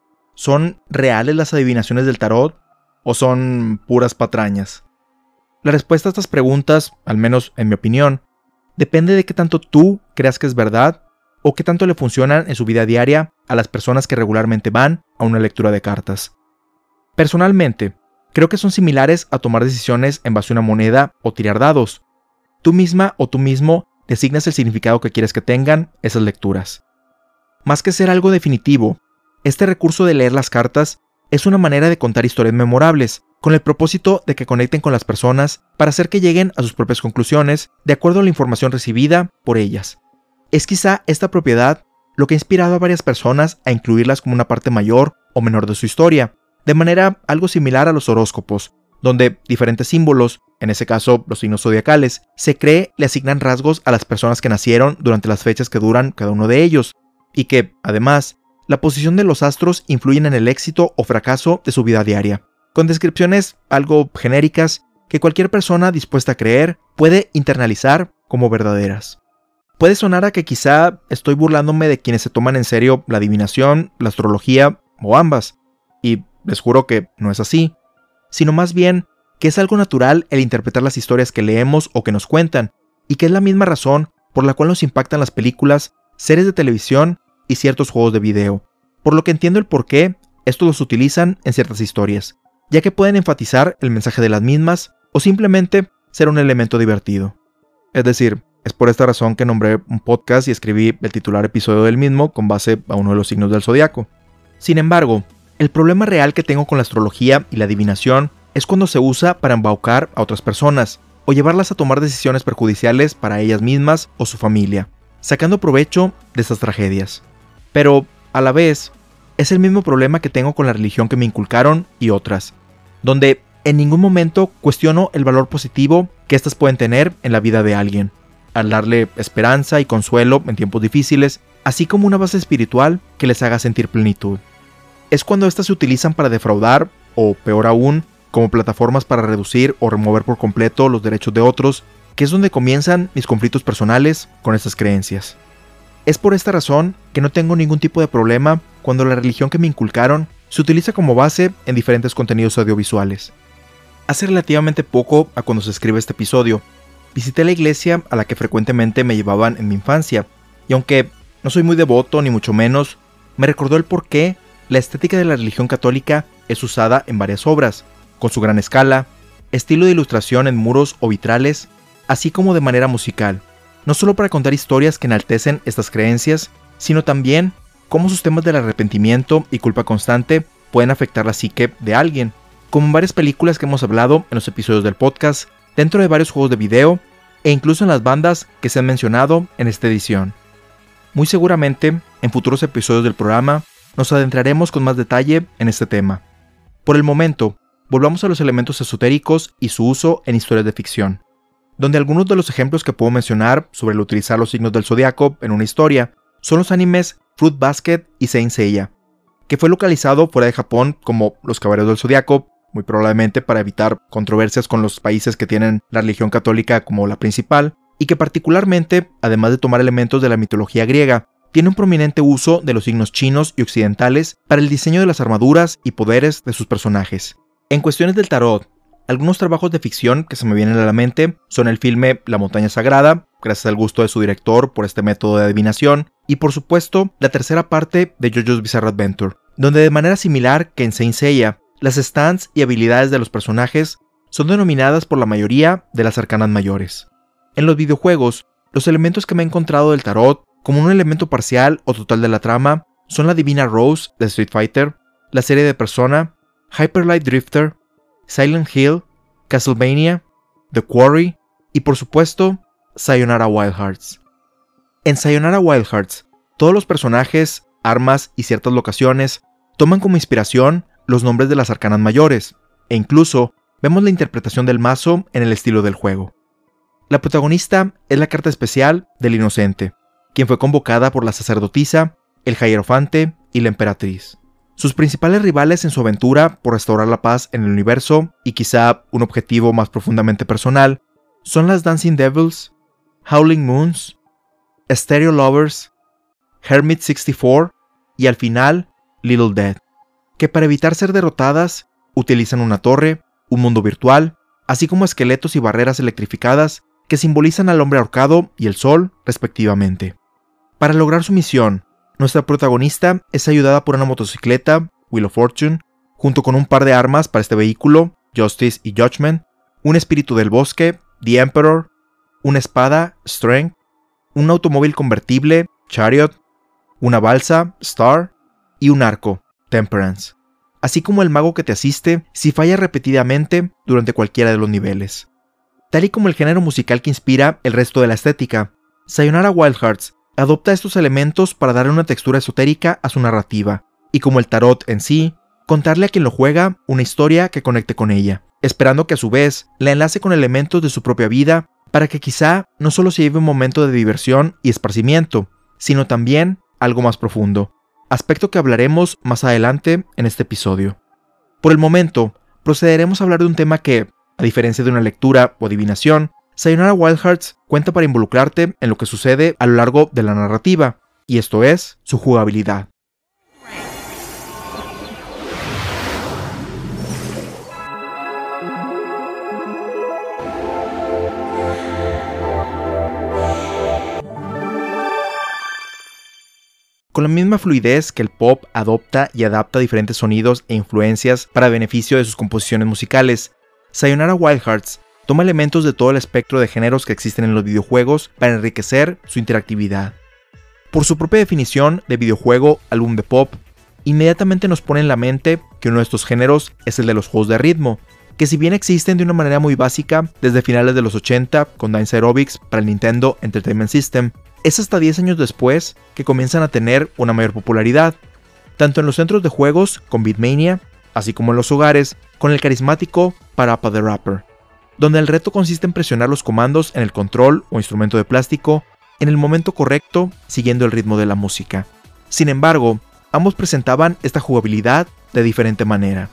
¿Son reales las adivinaciones del tarot o son puras patrañas? La respuesta a estas preguntas, al menos en mi opinión, depende de qué tanto tú creas que es verdad o qué tanto le funcionan en su vida diaria a las personas que regularmente van a una lectura de cartas. Personalmente, Creo que son similares a tomar decisiones en base a una moneda o tirar dados. Tú misma o tú mismo designas el significado que quieres que tengan esas lecturas. Más que ser algo definitivo, este recurso de leer las cartas es una manera de contar historias memorables, con el propósito de que conecten con las personas para hacer que lleguen a sus propias conclusiones de acuerdo a la información recibida por ellas. Es quizá esta propiedad lo que ha inspirado a varias personas a incluirlas como una parte mayor o menor de su historia, de manera algo similar a los horóscopos, donde diferentes símbolos, en ese caso los signos zodiacales, se cree le asignan rasgos a las personas que nacieron durante las fechas que duran cada uno de ellos, y que, además, la posición de los astros influyen en el éxito o fracaso de su vida diaria, con descripciones algo genéricas que cualquier persona dispuesta a creer puede internalizar como verdaderas. Puede sonar a que quizá estoy burlándome de quienes se toman en serio la adivinación, la astrología o ambas, y les juro que no es así, sino más bien que es algo natural el interpretar las historias que leemos o que nos cuentan, y que es la misma razón por la cual nos impactan las películas, series de televisión y ciertos juegos de video, por lo que entiendo el por qué estos los utilizan en ciertas historias, ya que pueden enfatizar el mensaje de las mismas o simplemente ser un elemento divertido. Es decir, es por esta razón que nombré un podcast y escribí el titular episodio del mismo con base a uno de los signos del zodiaco. Sin embargo, el problema real que tengo con la astrología y la adivinación es cuando se usa para embaucar a otras personas o llevarlas a tomar decisiones perjudiciales para ellas mismas o su familia, sacando provecho de estas tragedias. Pero, a la vez, es el mismo problema que tengo con la religión que me inculcaron y otras, donde en ningún momento cuestiono el valor positivo que éstas pueden tener en la vida de alguien, al darle esperanza y consuelo en tiempos difíciles, así como una base espiritual que les haga sentir plenitud. Es cuando éstas se utilizan para defraudar, o peor aún, como plataformas para reducir o remover por completo los derechos de otros, que es donde comienzan mis conflictos personales con estas creencias. Es por esta razón que no tengo ningún tipo de problema cuando la religión que me inculcaron se utiliza como base en diferentes contenidos audiovisuales. Hace relativamente poco a cuando se escribe este episodio, visité la iglesia a la que frecuentemente me llevaban en mi infancia, y aunque no soy muy devoto ni mucho menos, me recordó el por qué la estética de la religión católica es usada en varias obras, con su gran escala, estilo de ilustración en muros o vitrales, así como de manera musical, no solo para contar historias que enaltecen estas creencias, sino también cómo sus temas del arrepentimiento y culpa constante pueden afectar la psique de alguien, como en varias películas que hemos hablado en los episodios del podcast, dentro de varios juegos de video, e incluso en las bandas que se han mencionado en esta edición. Muy seguramente, en futuros episodios del programa, nos adentraremos con más detalle en este tema. Por el momento, volvamos a los elementos esotéricos y su uso en historias de ficción, donde algunos de los ejemplos que puedo mencionar sobre el utilizar los signos del zodiaco en una historia son los animes Fruit Basket y Saint Seiya, que fue localizado fuera de Japón como Los Caballeros del Zodiaco, muy probablemente para evitar controversias con los países que tienen la religión católica como la principal, y que particularmente, además de tomar elementos de la mitología griega, tiene un prominente uso de los signos chinos y occidentales para el diseño de las armaduras y poderes de sus personajes. En cuestiones del tarot, algunos trabajos de ficción que se me vienen a la mente son el filme La Montaña Sagrada, gracias al gusto de su director por este método de adivinación, y por supuesto la tercera parte de JoJo's Bizarre Adventure, donde de manera similar que en Saint Seiya, las stands y habilidades de los personajes son denominadas por la mayoría de las arcanas mayores. En los videojuegos, los elementos que me he encontrado del tarot como un elemento parcial o total de la trama son la Divina Rose de Street Fighter, la serie de Persona, Hyper Light Drifter, Silent Hill, Castlevania, The Quarry y por supuesto Sayonara Wild Hearts. En Sayonara Wild Hearts, todos los personajes, armas y ciertas locaciones toman como inspiración los nombres de las arcanas mayores, e incluso vemos la interpretación del mazo en el estilo del juego. La protagonista es la carta especial del Inocente, quien fue convocada por la sacerdotisa, el Hierofante y la Emperatriz. Sus principales rivales en su aventura por restaurar la paz en el universo, y quizá un objetivo más profundamente personal, son las Dancing Devils, Howling Moons, Stereo Lovers, Hermit sesenta y cuatro y al final Little Dead, que para evitar ser derrotadas utilizan una torre, un mundo virtual, así como esqueletos y barreras electrificadas que simbolizan al hombre ahorcado y el sol, respectivamente. Para lograr su misión, nuestra protagonista es ayudada por una motocicleta, Wheel of Fortune, junto con un par de armas para este vehículo, Justice y Judgment, un espíritu del bosque, The Emperor, una espada, Strength, un automóvil convertible, Chariot, una balsa, Star, y un arco, Temperance, así como el mago que te asiste si fallas repetidamente durante cualquiera de los niveles. Tal y como el género musical que inspira el resto de la estética, Sayonara Wild Hearts adopta estos elementos para darle una textura esotérica a su narrativa, y como el tarot en sí, contarle a quien lo juega una historia que conecte con ella, esperando que a su vez la enlace con elementos de su propia vida para que quizá no solo se lleve un momento de diversión y esparcimiento, sino también algo más profundo, aspecto que hablaremos más adelante en este episodio. Por el momento, procederemos a hablar de un tema que, a diferencia de una lectura o adivinación, Sayonara Wild Hearts cuenta para involucrarte en lo que sucede a lo largo de la narrativa, y esto es su jugabilidad. Con la misma fluidez que el pop adopta y adapta diferentes sonidos e influencias para beneficio de sus composiciones musicales, Sayonara Wild Hearts toma elementos de todo el espectro de géneros que existen en los videojuegos para enriquecer su interactividad. Por su propia definición de videojuego, álbum de pop, inmediatamente nos pone en la mente que uno de estos géneros es el de los juegos de ritmo, que si bien existen de una manera muy básica desde finales de los ochenta con Dance Aerobics para el Nintendo Entertainment System, es hasta diez años después que comienzan a tener una mayor popularidad, tanto en los centros de juegos con Beatmania, así como en los hogares con el carismático Parappa the Rapper, donde el reto consiste en presionar los comandos en el control o instrumento de plástico en el momento correcto siguiendo el ritmo de la música. Sin embargo, ambos presentaban esta jugabilidad de diferente manera.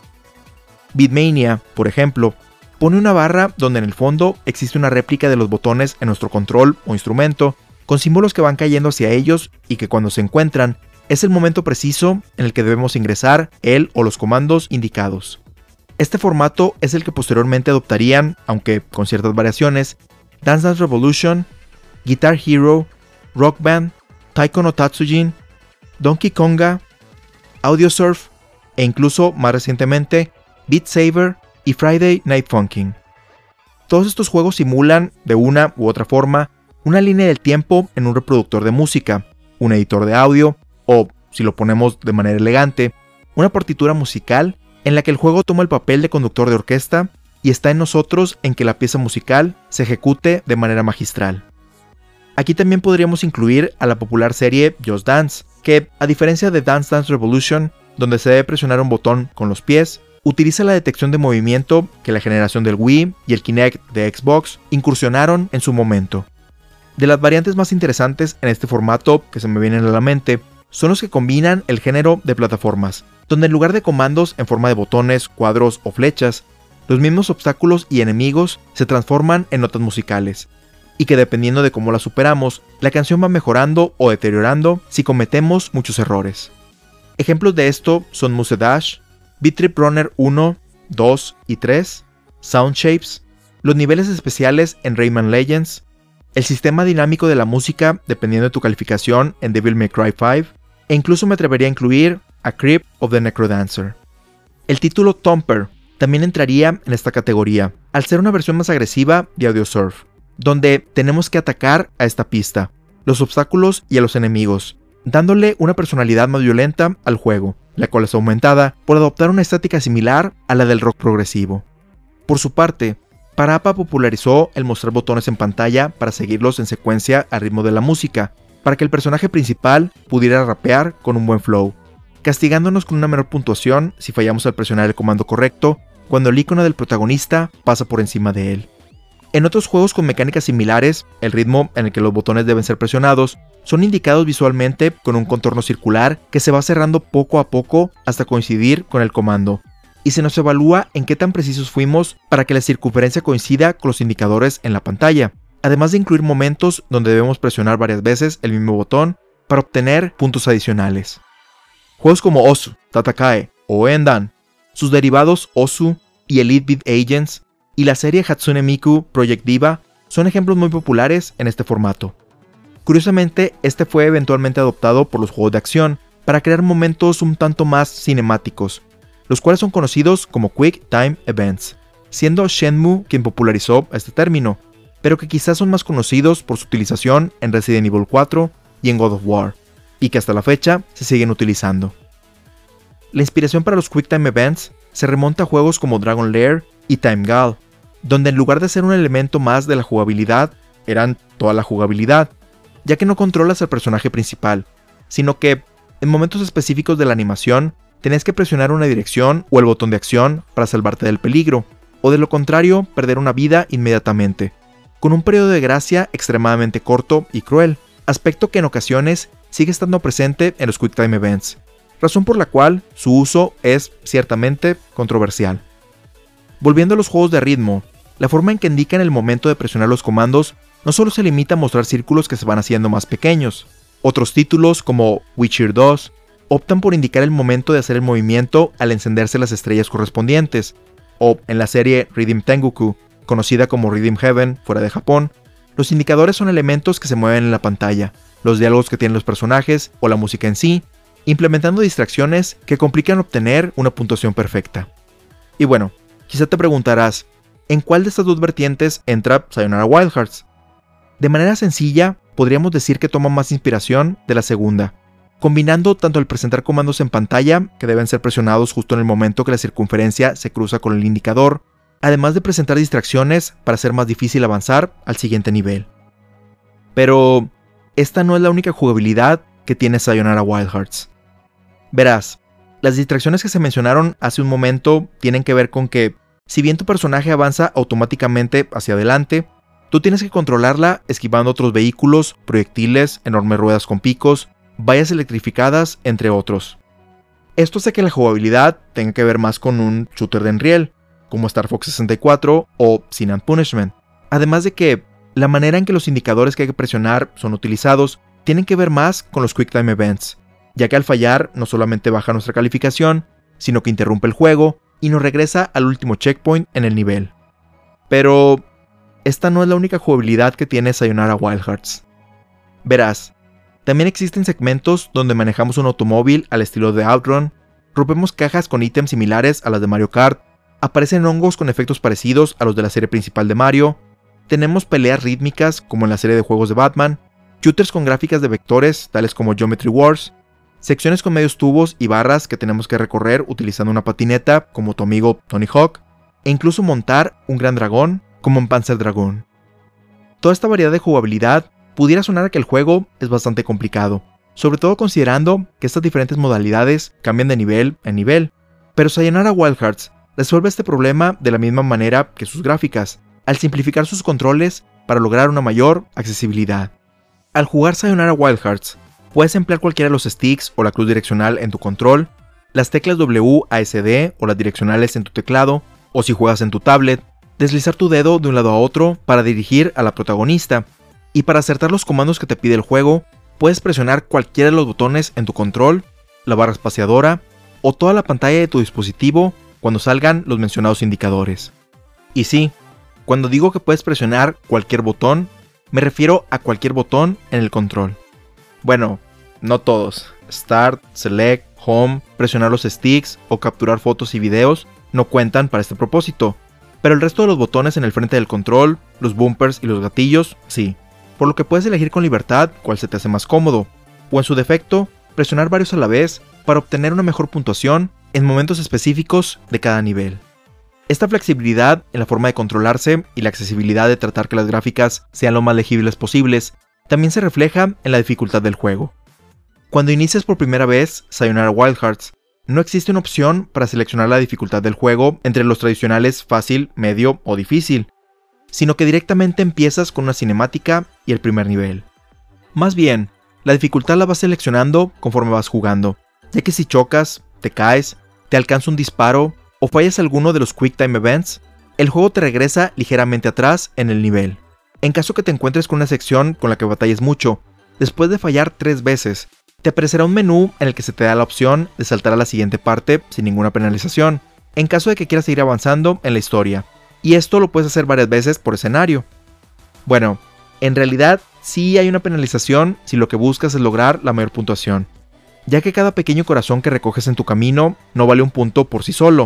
Beatmania, por ejemplo, pone una barra donde en el fondo existe una réplica de los botones en nuestro control o instrumento, con símbolos que van cayendo hacia ellos y que cuando se encuentran, es el momento preciso en el que debemos ingresar el o los comandos indicados. Este formato es el que posteriormente adoptarían, aunque con ciertas variaciones, Dance Dance Revolution, Guitar Hero, Rock Band, Taiko no Tatsujin, Donkey Konga, Audiosurf e incluso más recientemente Beat Saber y Friday Night Funkin'. Todos estos juegos simulan, de una u otra forma, una línea del tiempo en un reproductor de música, un editor de audio o, si lo ponemos de manera elegante, una partitura musical en la que el juego toma el papel de conductor de orquesta y está en nosotros en que la pieza musical se ejecute de manera magistral. Aquí también podríamos incluir a la popular serie Just Dance, que, a diferencia de Dance Dance Revolution, donde se debe presionar un botón con los pies, utiliza la detección de movimiento que la generación del Wii y el Kinect de Xbox incursionaron en su momento. De las variantes más interesantes en este formato que se me vienen a la mente son los que combinan el género de plataformas, donde en lugar de comandos en forma de botones, cuadros o flechas, los mismos obstáculos y enemigos se transforman en notas musicales, y que dependiendo de cómo las superamos, la canción va mejorando o deteriorando si cometemos muchos errores. Ejemplos de esto son Muse Dash, Beat Trip Runner uno, dos y tres, Sound Shapes, los niveles especiales en Rayman Legends, el sistema dinámico de la música dependiendo de tu calificación en Devil May Cry cinco, e incluso me atrevería a incluir A Crypt of the Necrodancer. El título Thumper también entraría en esta categoría, al ser una versión más agresiva de Audiosurf, donde tenemos que atacar a esta pista, los obstáculos y a los enemigos, dándole una personalidad más violenta al juego, la cual es aumentada por adoptar una estética similar a la del rock progresivo. Por su parte, Parappa popularizó el mostrar botones en pantalla para seguirlos en secuencia al ritmo de la música, para que el personaje principal pudiera rapear con un buen flow, castigándonos con una menor puntuación si fallamos al presionar el comando correcto cuando el icono del protagonista pasa por encima de él. En otros juegos con mecánicas similares, el ritmo en el que los botones deben ser presionados son indicados visualmente con un contorno circular que se va cerrando poco a poco hasta coincidir con el comando, y se nos evalúa en qué tan precisos fuimos para que la circunferencia coincida con los indicadores en la pantalla, además de incluir momentos donde debemos presionar varias veces el mismo botón para obtener puntos adicionales. Juegos como Osu, Tatakae o Endan, sus derivados Osu y Elite Beat Agents y la serie Hatsune Miku Project Diva son ejemplos muy populares en este formato. Curiosamente, este fue eventualmente adoptado por los juegos de acción para crear momentos un tanto más cinemáticos, los cuales son conocidos como Quick Time Events, siendo Shenmue quien popularizó este término, pero que quizás son más conocidos por su utilización en Resident Evil cuatro y en God of War, y que hasta la fecha se siguen utilizando. La inspiración para los Quick Time Events se remonta a juegos como Dragon Lair y Time Gal, donde en lugar de ser un elemento más de la jugabilidad, eran toda la jugabilidad, ya que no controlas al personaje principal, sino que, en momentos específicos de la animación, tenías que presionar una dirección o el botón de acción para salvarte del peligro, o de lo contrario, perder una vida inmediatamente, con un periodo de gracia extremadamente corto y cruel, aspecto que en ocasiones sigue estando presente en los Quick Time Events, razón por la cual su uso es ciertamente controversial. Volviendo a los juegos de ritmo, la forma en que indican el momento de presionar los comandos no solo se limita a mostrar círculos que se van haciendo más pequeños. Otros títulos, como Witcher dos, optan por indicar el momento de hacer el movimiento al encenderse las estrellas correspondientes, o en la serie Rhythm Tengoku, conocida como Rhythm Heaven fuera de Japón, los indicadores son elementos que se mueven en la pantalla, los diálogos que tienen los personajes o la música en sí, implementando distracciones que complican obtener una puntuación perfecta. Y bueno, quizá te preguntarás, ¿en cuál de estas dos vertientes entra Sayonara Wild Hearts? De manera sencilla, podríamos decir que toma más inspiración de la segunda, combinando tanto el presentar comandos en pantalla, que deben ser presionados justo en el momento que la circunferencia se cruza con el indicador, además de presentar distracciones para hacer más difícil avanzar al siguiente nivel. Pero esta no es la única jugabilidad que tiene Sayonara Wild Hearts. Verás, las distracciones que se mencionaron hace un momento tienen que ver con que, si bien tu personaje avanza automáticamente hacia adelante, tú tienes que controlarla esquivando otros vehículos, proyectiles, enormes ruedas con picos, vallas electrificadas, entre otros. Esto hace que la jugabilidad tenga que ver más con un shooter de enriel, como Star Fox sesenta y cuatro o Sin and Punishment. Además de que la manera en que los indicadores que hay que presionar son utilizados tienen que ver más con los Quick Time Events, ya que al fallar no solamente baja nuestra calificación, sino que interrumpe el juego y nos regresa al último checkpoint en el nivel. Pero esta no es la única jugabilidad que tiene Sayonara Wild Hearts. Verás, también existen segmentos donde manejamos un automóvil al estilo de Outrun, rompemos cajas con ítems similares a las de Mario Kart, aparecen hongos con efectos parecidos a los de la serie principal de Mario, tenemos peleas rítmicas como en la serie de juegos de Batman, shooters con gráficas de vectores tales como Geometry Wars, secciones con medios tubos y barras que tenemos que recorrer utilizando una patineta como tu amigo Tony Hawk, e incluso montar un gran dragón como en Panzer Dragoon. Toda esta variedad de jugabilidad pudiera sonar a que el juego es bastante complicado, sobre todo considerando que estas diferentes modalidades cambian de nivel en nivel, pero Sayonara Wild Hearts resuelve este problema de la misma manera que sus gráficas, al simplificar sus controles para lograr una mayor accesibilidad. Al jugar Sayonara Wild Hearts, puedes emplear cualquiera de los sticks o la cruz direccional en tu control, las teclas W A S D o las direccionales en tu teclado, o si juegas en tu tablet, deslizar tu dedo de un lado a otro para dirigir a la protagonista, y para acertar los comandos que te pide el juego, puedes presionar cualquiera de los botones en tu control, la barra espaciadora, o toda la pantalla de tu dispositivo cuando salgan los mencionados indicadores. Y sí, cuando digo que puedes presionar cualquier botón, me refiero a cualquier botón en el control. Bueno, no todos. Start, Select, Home, presionar los sticks o capturar fotos y videos no cuentan para este propósito, pero el resto de los botones en el frente del control, los bumpers y los gatillos, sí, por lo que puedes elegir con libertad cuál se te hace más cómodo, o en su defecto, presionar varios a la vez para obtener una mejor puntuación en momentos específicos de cada nivel. Esta flexibilidad en la forma de controlarse y la accesibilidad de tratar que las gráficas sean lo más legibles posibles también se refleja en la dificultad del juego. Cuando inicias por primera vez Sayonara Wild Hearts, no existe una opción para seleccionar la dificultad del juego entre los tradicionales fácil, medio o difícil, sino que directamente empiezas con una cinemática y el primer nivel. Más bien, la dificultad la vas seleccionando conforme vas jugando, ya que si chocas, te caes, te alcanza un disparo o fallas alguno de los Quick Time Events, el juego te regresa ligeramente atrás en el nivel. En caso que te encuentres con una sección con la que batalles mucho, después de fallar tres veces, te aparecerá un menú en el que se te da la opción de saltar a la siguiente parte sin ninguna penalización, en caso de que quieras seguir avanzando en la historia, y esto lo puedes hacer varias veces por escenario. Bueno, en realidad sí hay una penalización si lo que buscas es lograr la mayor puntuación, ya que cada pequeño corazón que recoges en tu camino no vale un punto por sí solo,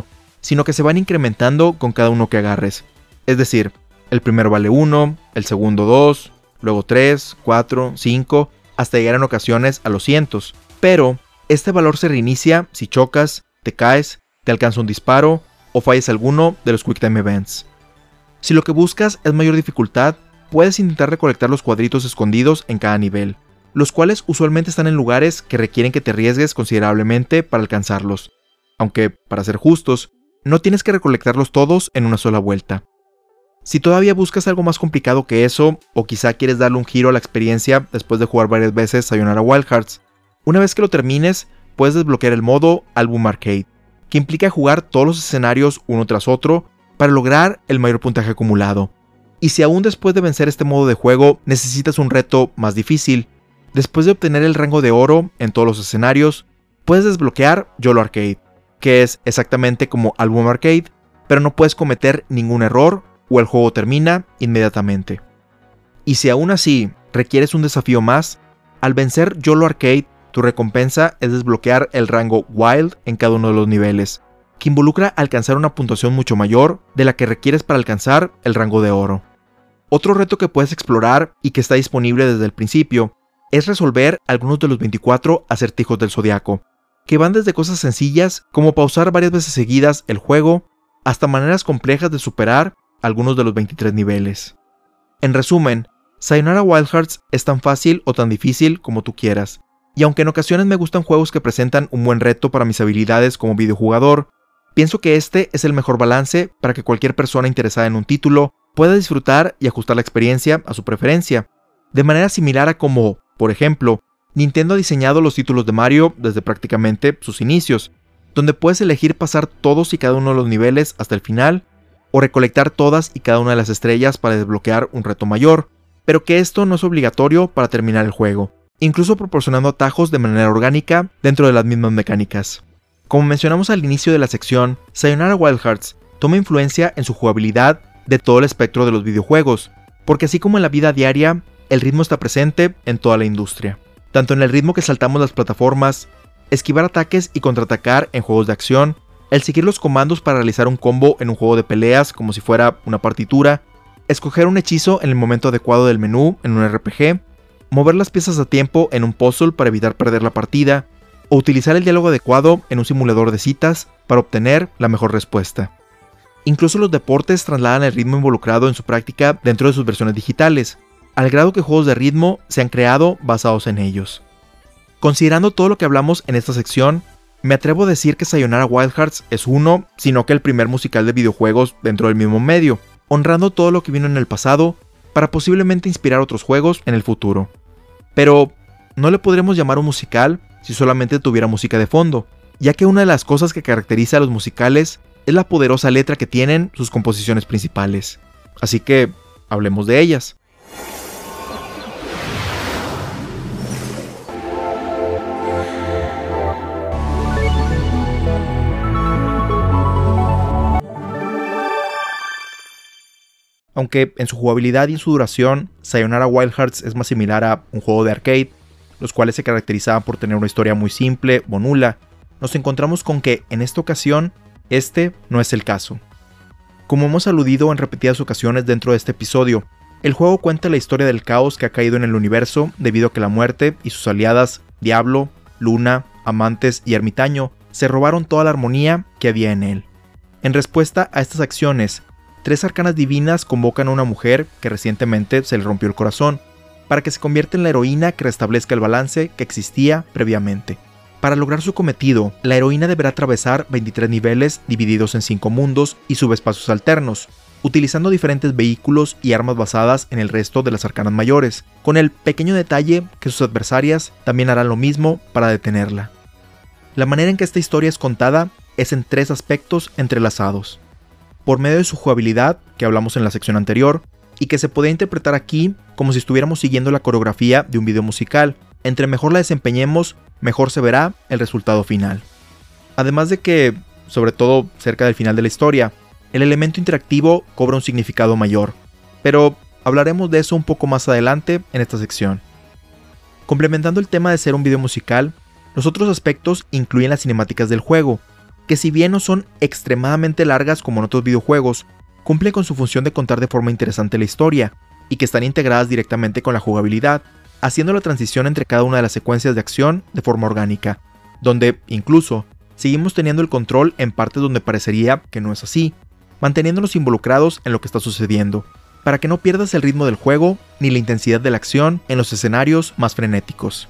sino que se van incrementando con cada uno que agarres. Es decir, el primero vale uno, el segundo dos, luego tres, cuatro, cinco, hasta llegar en ocasiones a los cientos. Pero este valor se reinicia si chocas, te caes, te alcanza un disparo o fallas alguno de los Quick Time Events. Si lo que buscas es mayor dificultad, puedes intentar recolectar los cuadritos escondidos en cada nivel, los cuales usualmente están en lugares que requieren que te arriesgues considerablemente para alcanzarlos. Aunque, para ser justos, no tienes que recolectarlos todos en una sola vuelta. Si todavía buscas algo más complicado que eso, o quizá quieres darle un giro a la experiencia después de jugar varias veces Sayonara Wild Hearts, una vez que lo termines, puedes desbloquear el modo Album Arcade, que implica jugar todos los escenarios uno tras otro para lograr el mayor puntaje acumulado. Y si aún después de vencer este modo de juego necesitas un reto más difícil, después de obtener el rango de oro en todos los escenarios, puedes desbloquear YOLO Arcade, que es exactamente como Album Arcade, pero no puedes cometer ningún error o el juego termina inmediatamente. Y si aún así requieres un desafío más, al vencer YOLO Arcade, tu recompensa es desbloquear el rango Wild en cada uno de los niveles, que involucra alcanzar una puntuación mucho mayor de la que requieres para alcanzar el rango de oro. Otro reto que puedes explorar y que está disponible desde el principio es resolver algunos de los veinticuatro acertijos del zodiaco, que van desde cosas sencillas como pausar varias veces seguidas el juego hasta maneras complejas de superar algunos de los veintitrés niveles. En resumen, Sayonara Wild Hearts es tan fácil o tan difícil como tú quieras, y aunque en ocasiones me gustan juegos que presentan un buen reto para mis habilidades como videojugador, pienso que este es el mejor balance para que cualquier persona interesada en un título pueda disfrutar y ajustar la experiencia a su preferencia, de manera similar a como, por ejemplo, Nintendo ha diseñado los títulos de Mario desde prácticamente sus inicios, donde puedes elegir pasar todos y cada uno de los niveles hasta el final, o recolectar todas y cada una de las estrellas para desbloquear un reto mayor, pero que esto no es obligatorio para terminar el juego, incluso proporcionando atajos de manera orgánica dentro de las mismas mecánicas. Como mencionamos al inicio de la sección, Sayonara Wild Hearts toma influencia en su jugabilidad de todo el espectro de los videojuegos, porque así como en la vida diaria, el ritmo está presente en toda la industria. Tanto en el ritmo que saltamos las plataformas, esquivar ataques y contraatacar en juegos de acción, el seguir los comandos para realizar un combo en un juego de peleas como si fuera una partitura, escoger un hechizo en el momento adecuado del menú en un R P G, mover las piezas a tiempo en un puzzle para evitar perder la partida, o utilizar el diálogo adecuado en un simulador de citas para obtener la mejor respuesta. Incluso los deportes trasladan el ritmo involucrado en su práctica dentro de sus versiones digitales, al grado que juegos de ritmo se han creado basados en ellos. Considerando todo lo que hablamos en esta sección, me atrevo a decir que Sayonara Wild Hearts es uno, sino que el primer musical de videojuegos dentro del mismo medio, honrando todo lo que vino en el pasado para posiblemente inspirar otros juegos en el futuro. Pero no le podríamos llamar un musical si solamente tuviera música de fondo, ya que una de las cosas que caracteriza a los musicales es la poderosa letra que tienen sus composiciones principales. Así que hablemos de ellas. Aunque en su jugabilidad y en su duración, Sayonara Wild Hearts es más similar a un juego de arcade, los cuales se caracterizaban por tener una historia muy simple o nula, nos encontramos con que, en esta ocasión, este no es el caso. Como hemos aludido en repetidas ocasiones dentro de este episodio, el juego cuenta la historia del caos que ha caído en el universo debido a que la muerte y sus aliadas, Diablo, Luna, Amantes y Ermitaño, se robaron toda la armonía que había en él. En respuesta a estas acciones, tres arcanas divinas convocan a una mujer que recientemente se le rompió el corazón, para que se convierta en la heroína que restablezca el balance que existía previamente. Para lograr su cometido, la heroína deberá atravesar veintitrés niveles divididos en cinco mundos y subespacios alternos, utilizando diferentes vehículos y armas basadas en el resto de las arcanas mayores, con el pequeño detalle que sus adversarias también harán lo mismo para detenerla. La manera en que esta historia es contada es en tres aspectos entrelazados. Por medio de su jugabilidad, que hablamos en la sección anterior, y que se puede interpretar aquí como si estuviéramos siguiendo la coreografía de un video musical. Entre mejor la desempeñemos, mejor se verá el resultado final. Además de que, sobre todo cerca del final de la historia, el elemento interactivo cobra un significado mayor, pero hablaremos de eso un poco más adelante en esta sección. Complementando el tema de ser un video musical, los otros aspectos incluyen las cinemáticas del juego, que si bien no son extremadamente largas como en otros videojuegos, cumplen con su función de contar de forma interesante la historia, y que están integradas directamente con la jugabilidad, haciendo la transición entre cada una de las secuencias de acción de forma orgánica, donde, incluso, seguimos teniendo el control en partes donde parecería que no es así, manteniéndonos involucrados en lo que está sucediendo, para que no pierdas el ritmo del juego ni la intensidad de la acción en los escenarios más frenéticos.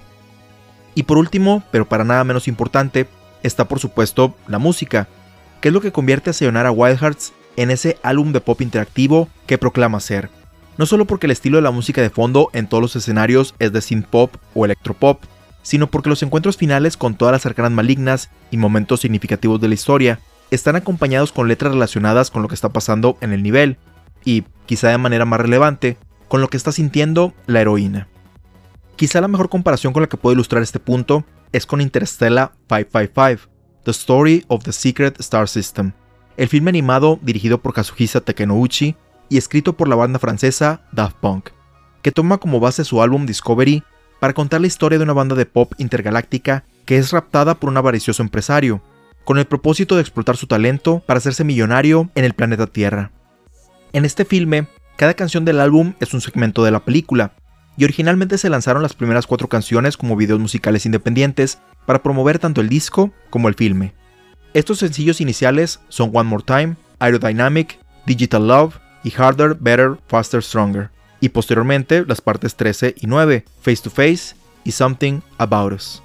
Y por último, pero para nada menos importante, está por supuesto la música, que es lo que convierte a Sayonara Wild Hearts en ese álbum de pop interactivo que proclama ser. No solo porque el estilo de la música de fondo en todos los escenarios es de synth pop o electropop, sino porque los encuentros finales con todas las arcanas malignas y momentos significativos de la historia están acompañados con letras relacionadas con lo que está pasando en el nivel, y, quizá de manera más relevante, con lo que está sintiendo la heroína. Quizá la mejor comparación con la que puedo ilustrar este punto es con Interstellar quinientos cincuenta y cinco, The Story of the Secret Star System, el filme animado dirigido por Kazuhisa Takenouchi y escrito por la banda francesa Daft Punk, que toma como base su álbum Discovery para contar la historia de una banda de pop intergaláctica que es raptada por un avaricioso empresario, con el propósito de explotar su talento para hacerse millonario en el planeta Tierra. En este filme, cada canción del álbum es un segmento de la película, y originalmente se lanzaron las primeras cuatro canciones como videos musicales independientes para promover tanto el disco como el filme. Estos sencillos iniciales son One More Time, Aerodynamic, Digital Love y Harder, Better, Faster, Stronger, y posteriormente las partes trece y nueve, Face to Face y Something About Us.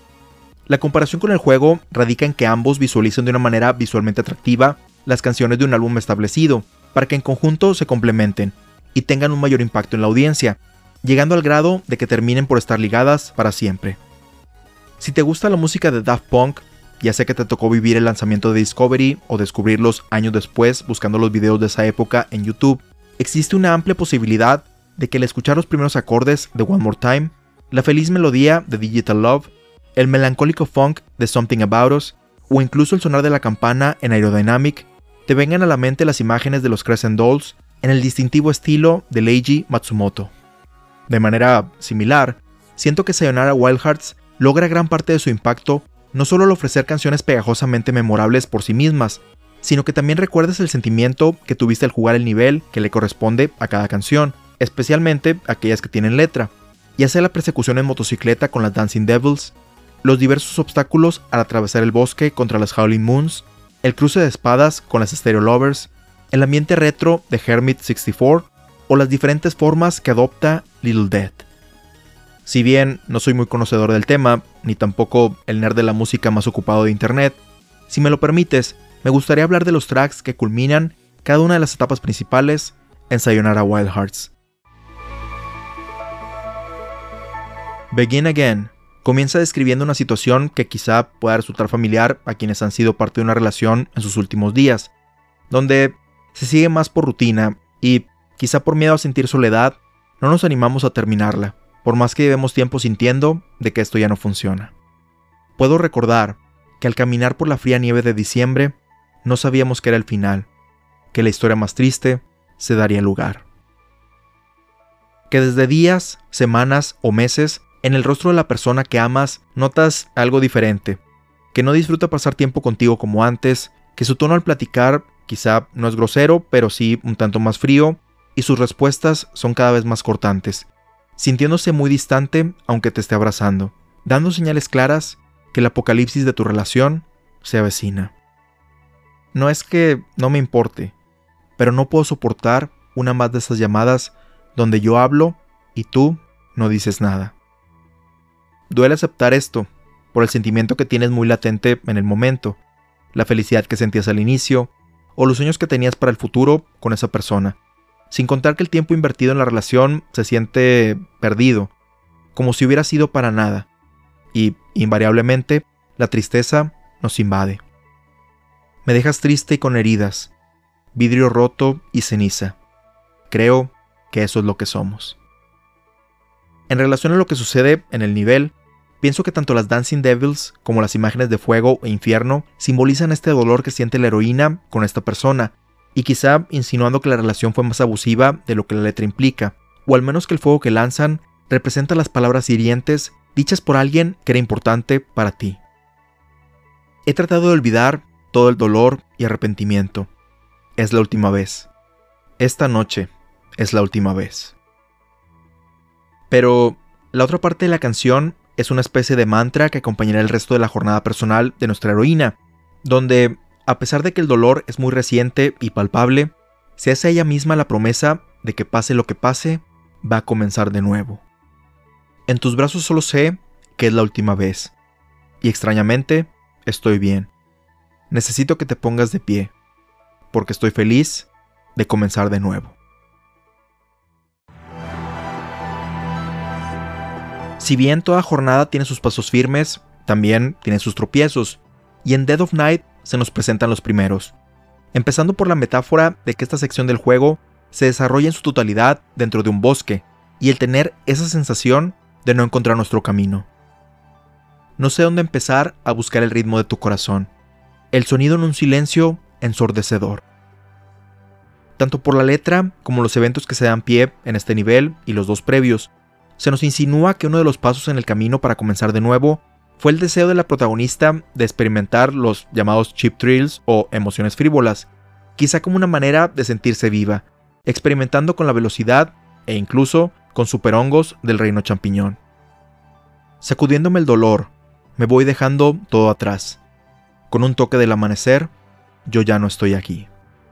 La comparación con el juego radica en que ambos visualizan de una manera visualmente atractiva las canciones de un álbum establecido, para que en conjunto se complementen y tengan un mayor impacto en la audiencia, llegando al grado de que terminen por estar ligadas para siempre. Si te gusta la música de Daft Punk, ya sea que te tocó vivir el lanzamiento de Discovery o descubrirlos años después buscando los videos de esa época en YouTube, existe una amplia posibilidad de que al escuchar los primeros acordes de One More Time, la feliz melodía de Digital Love, el melancólico funk de Something About Us o incluso el sonar de la campana en Aerodynamic, te vengan a la mente las imágenes de los Crescent Dolls en el distintivo estilo de Leiji Matsumoto. De manera similar, siento que Sayonara Wild Hearts logra gran parte de su impacto no solo al ofrecer canciones pegajosamente memorables por sí mismas, sino que también recuerdes el sentimiento que tuviste al jugar el nivel que le corresponde a cada canción, especialmente aquellas que tienen letra, ya sea la persecución en motocicleta con las Dancing Devils, los diversos obstáculos al atravesar el bosque contra las Howling Moons, el cruce de espadas con las Stereo Lovers, el ambiente retro de Hermit sesenta y cuatro o las diferentes formas que adopta Little Death. Si bien no soy muy conocedor del tema, ni tampoco el nerd de la música más ocupado de internet, si me lo permites, me gustaría hablar de los tracks que culminan cada una de las etapas principales en Sayonara Wild Hearts. Begin Again comienza describiendo una situación que quizá pueda resultar familiar a quienes han sido parte de una relación en sus últimos días, donde se sigue más por rutina y, quizá por miedo a sentir soledad, no nos animamos a terminarla, por más que llevemos tiempo sintiendo de que esto ya no funciona. Puedo recordar que al caminar por la fría nieve de diciembre, no sabíamos que era el final, que la historia más triste se daría lugar. Que desde días, semanas o meses, en el rostro de la persona que amas notas algo diferente, que no disfruta pasar tiempo contigo como antes, que su tono al platicar quizá no es grosero, pero sí un tanto más frío, y sus respuestas son cada vez más cortantes, sintiéndose muy distante aunque te esté abrazando, dando señales claras que el apocalipsis de tu relación se avecina. No es que no me importe, pero no puedo soportar una más de esas llamadas donde yo hablo y tú no dices nada. Duele aceptar esto, por el sentimiento que tienes muy latente en el momento, la felicidad que sentías al inicio, o los sueños que tenías para el futuro con esa persona, sin contar que el tiempo invertido en la relación se siente perdido, como si hubiera sido para nada, y, invariablemente, la tristeza nos invade. Me dejas triste y con heridas, vidrio roto y ceniza. Creo que eso es lo que somos. En relación a lo que sucede en el nivel, pienso que tanto las Dancing Devils como las imágenes de fuego e infierno simbolizan este dolor que siente la heroína con esta persona, y quizá insinuando que la relación fue más abusiva de lo que la letra implica, o al menos que el fuego que lanzan representa las palabras hirientes dichas por alguien que era importante para ti. He tratado de olvidar todo el dolor y arrepentimiento. Es la última vez. Esta noche es la última vez. Pero la otra parte de la canción es una especie de mantra que acompañará el resto de la jornada personal de nuestra heroína, donde, a pesar de que el dolor es muy reciente y palpable, se hace a ella misma la promesa de que pase lo que pase, va a comenzar de nuevo. En tus brazos solo sé que es la última vez, y extrañamente estoy bien. Necesito que te pongas de pie, porque estoy feliz de comenzar de nuevo. Si bien toda jornada tiene sus pasos firmes, también tiene sus tropiezos, y en Dead of Night se nos presentan los primeros. Empezando por la metáfora de que esta sección del juego se desarrolla en su totalidad dentro de un bosque, y el tener esa sensación de no encontrar nuestro camino. No sé dónde empezar a buscar el ritmo de tu corazón, el sonido en un silencio ensordecedor. Tanto por la letra como los eventos que se dan pie en este nivel y los dos previos, se nos insinúa que uno de los pasos en el camino para comenzar de nuevo fue el deseo de la protagonista de experimentar los llamados cheap thrills o emociones frívolas, quizá como una manera de sentirse viva, experimentando con la velocidad e incluso con superhongos del reino champiñón. Sacudiéndome el dolor, me voy dejando todo atrás. Con un toque del amanecer, yo ya no estoy aquí.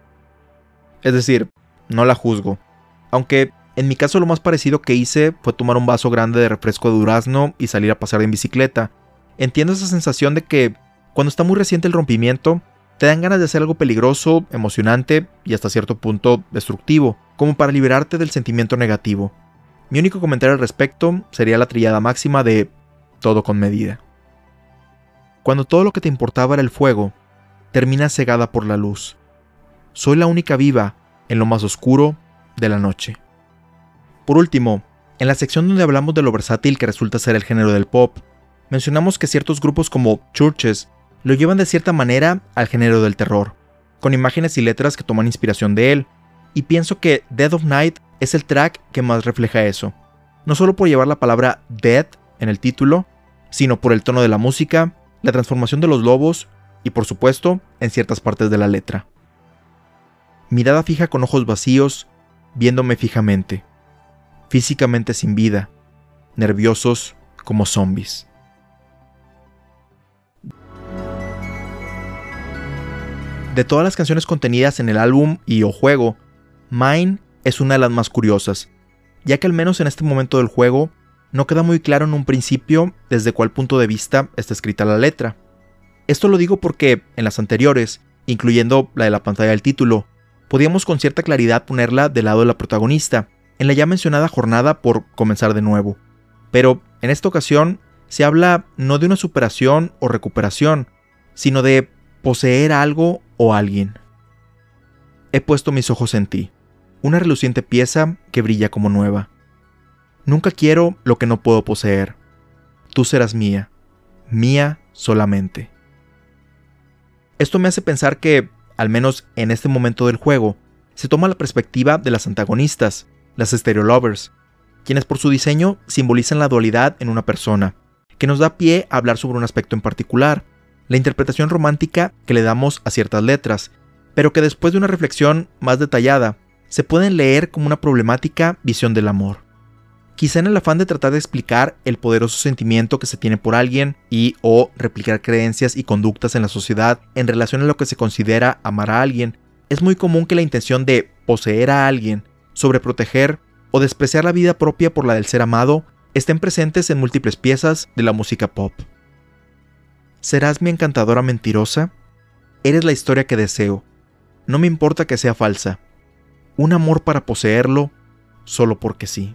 Es decir, no la juzgo, aunque en mi caso lo más parecido que hice fue tomar un vaso grande de refresco de durazno y salir a pasear en bicicleta. Entiendo esa sensación de que, cuando está muy reciente el rompimiento, te dan ganas de hacer algo peligroso, emocionante y hasta cierto punto destructivo, como para liberarte del sentimiento negativo. Mi único comentario al respecto sería la trillada máxima de todo con medida. Cuando todo lo que te importaba era el fuego, terminas cegada por la luz. Soy la única viva en lo más oscuro de la noche. Por último, en la sección donde hablamos de lo versátil que resulta ser el género del pop, mencionamos que ciertos grupos como Churches lo llevan de cierta manera al género del terror, con imágenes y letras que toman inspiración de él, y pienso que Dead of Night es el track que más refleja eso, no solo por llevar la palabra Dead en el título, sino por el tono de la música, la transformación de los lobos y, por supuesto, en ciertas partes de la letra. Mirada fija con ojos vacíos, viéndome fijamente, físicamente sin vida, nerviosos como zombies. De todas las canciones contenidas en el álbum y o juego, Mine es una de las más curiosas, ya que al menos en este momento del juego no queda muy claro en un principio desde cuál punto de vista está escrita la letra. Esto lo digo porque en las anteriores, incluyendo la de la pantalla del título, podíamos con cierta claridad ponerla del lado de la protagonista, en la ya mencionada jornada por comenzar de nuevo. Pero en esta ocasión se habla no de una superación o recuperación, sino de poseer algo o alguien. He puesto mis ojos en ti, una reluciente pieza que brilla como nueva. Nunca quiero lo que no puedo poseer. Tú serás mía, mía solamente. Esto me hace pensar que, al menos en este momento del juego, se toma la perspectiva de las antagonistas, las Stereo Lovers, quienes por su diseño simbolizan la dualidad en una persona, que nos da pie a hablar sobre un aspecto en particular, la interpretación romántica que le damos a ciertas letras, pero que después de una reflexión más detallada, se pueden leer como una problemática visión del amor. Quizá en el afán de tratar de explicar el poderoso sentimiento que se tiene por alguien y o replicar creencias y conductas en la sociedad en relación a lo que se considera amar a alguien, es muy común que la intención de poseer a alguien, sobreproteger o despreciar la vida propia por la del ser amado estén presentes en múltiples piezas de la música pop. ¿Serás mi encantadora mentirosa? Eres la historia que deseo. No me importa que sea falsa. Un amor para poseerlo, solo porque sí.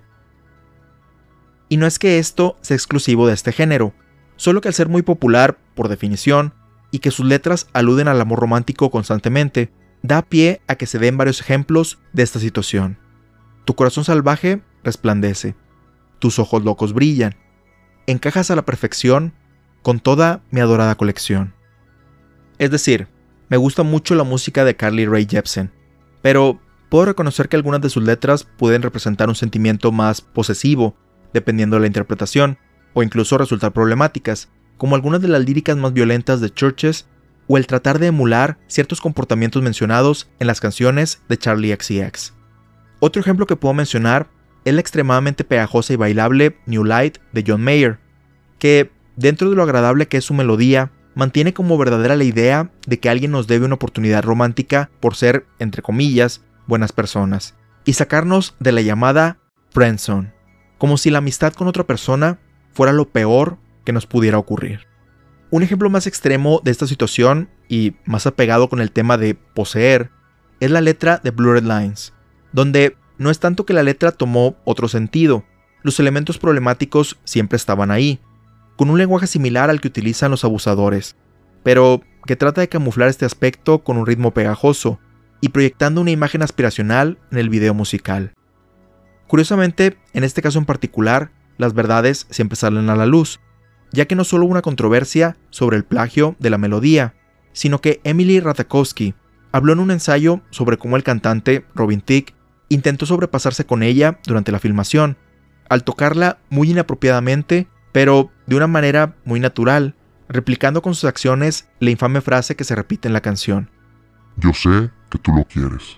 Y no es que esto sea exclusivo de este género, solo que al ser muy popular, por definición, y que sus letras aluden al amor romántico constantemente, da pie a que se den varios ejemplos de esta situación. Tu corazón salvaje resplandece, tus ojos locos brillan, encajas a la perfección con toda mi adorada colección. Es decir, me gusta mucho la música de Carly Rae Jepsen, pero puedo reconocer que algunas de sus letras pueden representar un sentimiento más posesivo, dependiendo de la interpretación, o incluso resultar problemáticas, como algunas de las líricas más violentas de Churches, o el tratar de emular ciertos comportamientos mencionados en las canciones de Charli X C X. Otro ejemplo que puedo mencionar es la extremadamente pegajosa y bailable New Light de John Mayer, que, dentro de lo agradable que es su melodía, mantiene como verdadera la idea de que alguien nos debe una oportunidad romántica por ser, entre comillas, buenas personas, y sacarnos de la llamada friendzone, como si la amistad con otra persona fuera lo peor que nos pudiera ocurrir. Un ejemplo más extremo de esta situación, y más apegado con el tema de poseer, es la letra de Blurred Lines, donde no es tanto que la letra tomó otro sentido, los elementos problemáticos siempre estaban ahí, con un lenguaje similar al que utilizan los abusadores, pero que trata de camuflar este aspecto con un ritmo pegajoso y proyectando una imagen aspiracional en el video musical. Curiosamente, en este caso en particular, las verdades siempre salen a la luz, ya que no solo hubo una controversia sobre el plagio de la melodía, sino que Emily Ratajkowski habló en un ensayo sobre cómo el cantante Robin Thicke intentó sobrepasarse con ella durante la filmación, al tocarla muy inapropiadamente, pero de una manera muy natural, replicando con sus acciones la infame frase que se repite en la canción: yo sé que tú lo quieres.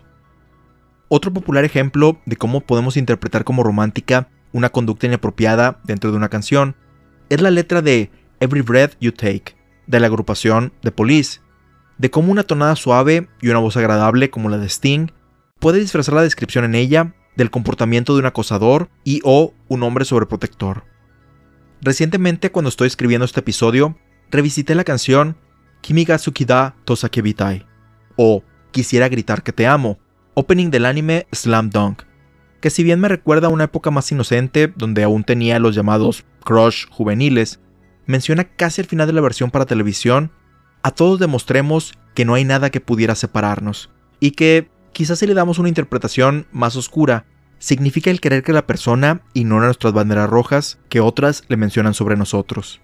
Otro popular ejemplo de cómo podemos interpretar como romántica una conducta inapropiada dentro de una canción es la letra de Every Breath You Take, de la agrupación The Police, de cómo una tonada suave y una voz agradable como la de Sting puede disfrazar la descripción en ella del comportamiento de un acosador y o un hombre sobreprotector. Recientemente, cuando estoy escribiendo este episodio, revisité la canción Kimi ga Suki da Tosakebitai, o Quisiera gritar que te amo, opening del anime Slam Dunk, que si bien me recuerda a una época más inocente donde aún tenía los llamados crush juveniles, menciona casi al final de la versión para televisión: a todos demostremos que no hay nada que pudiera separarnos, y que quizás si le damos una interpretación más oscura, significa el querer que la persona ignore nuestras banderas rojas que otras le mencionan sobre nosotros.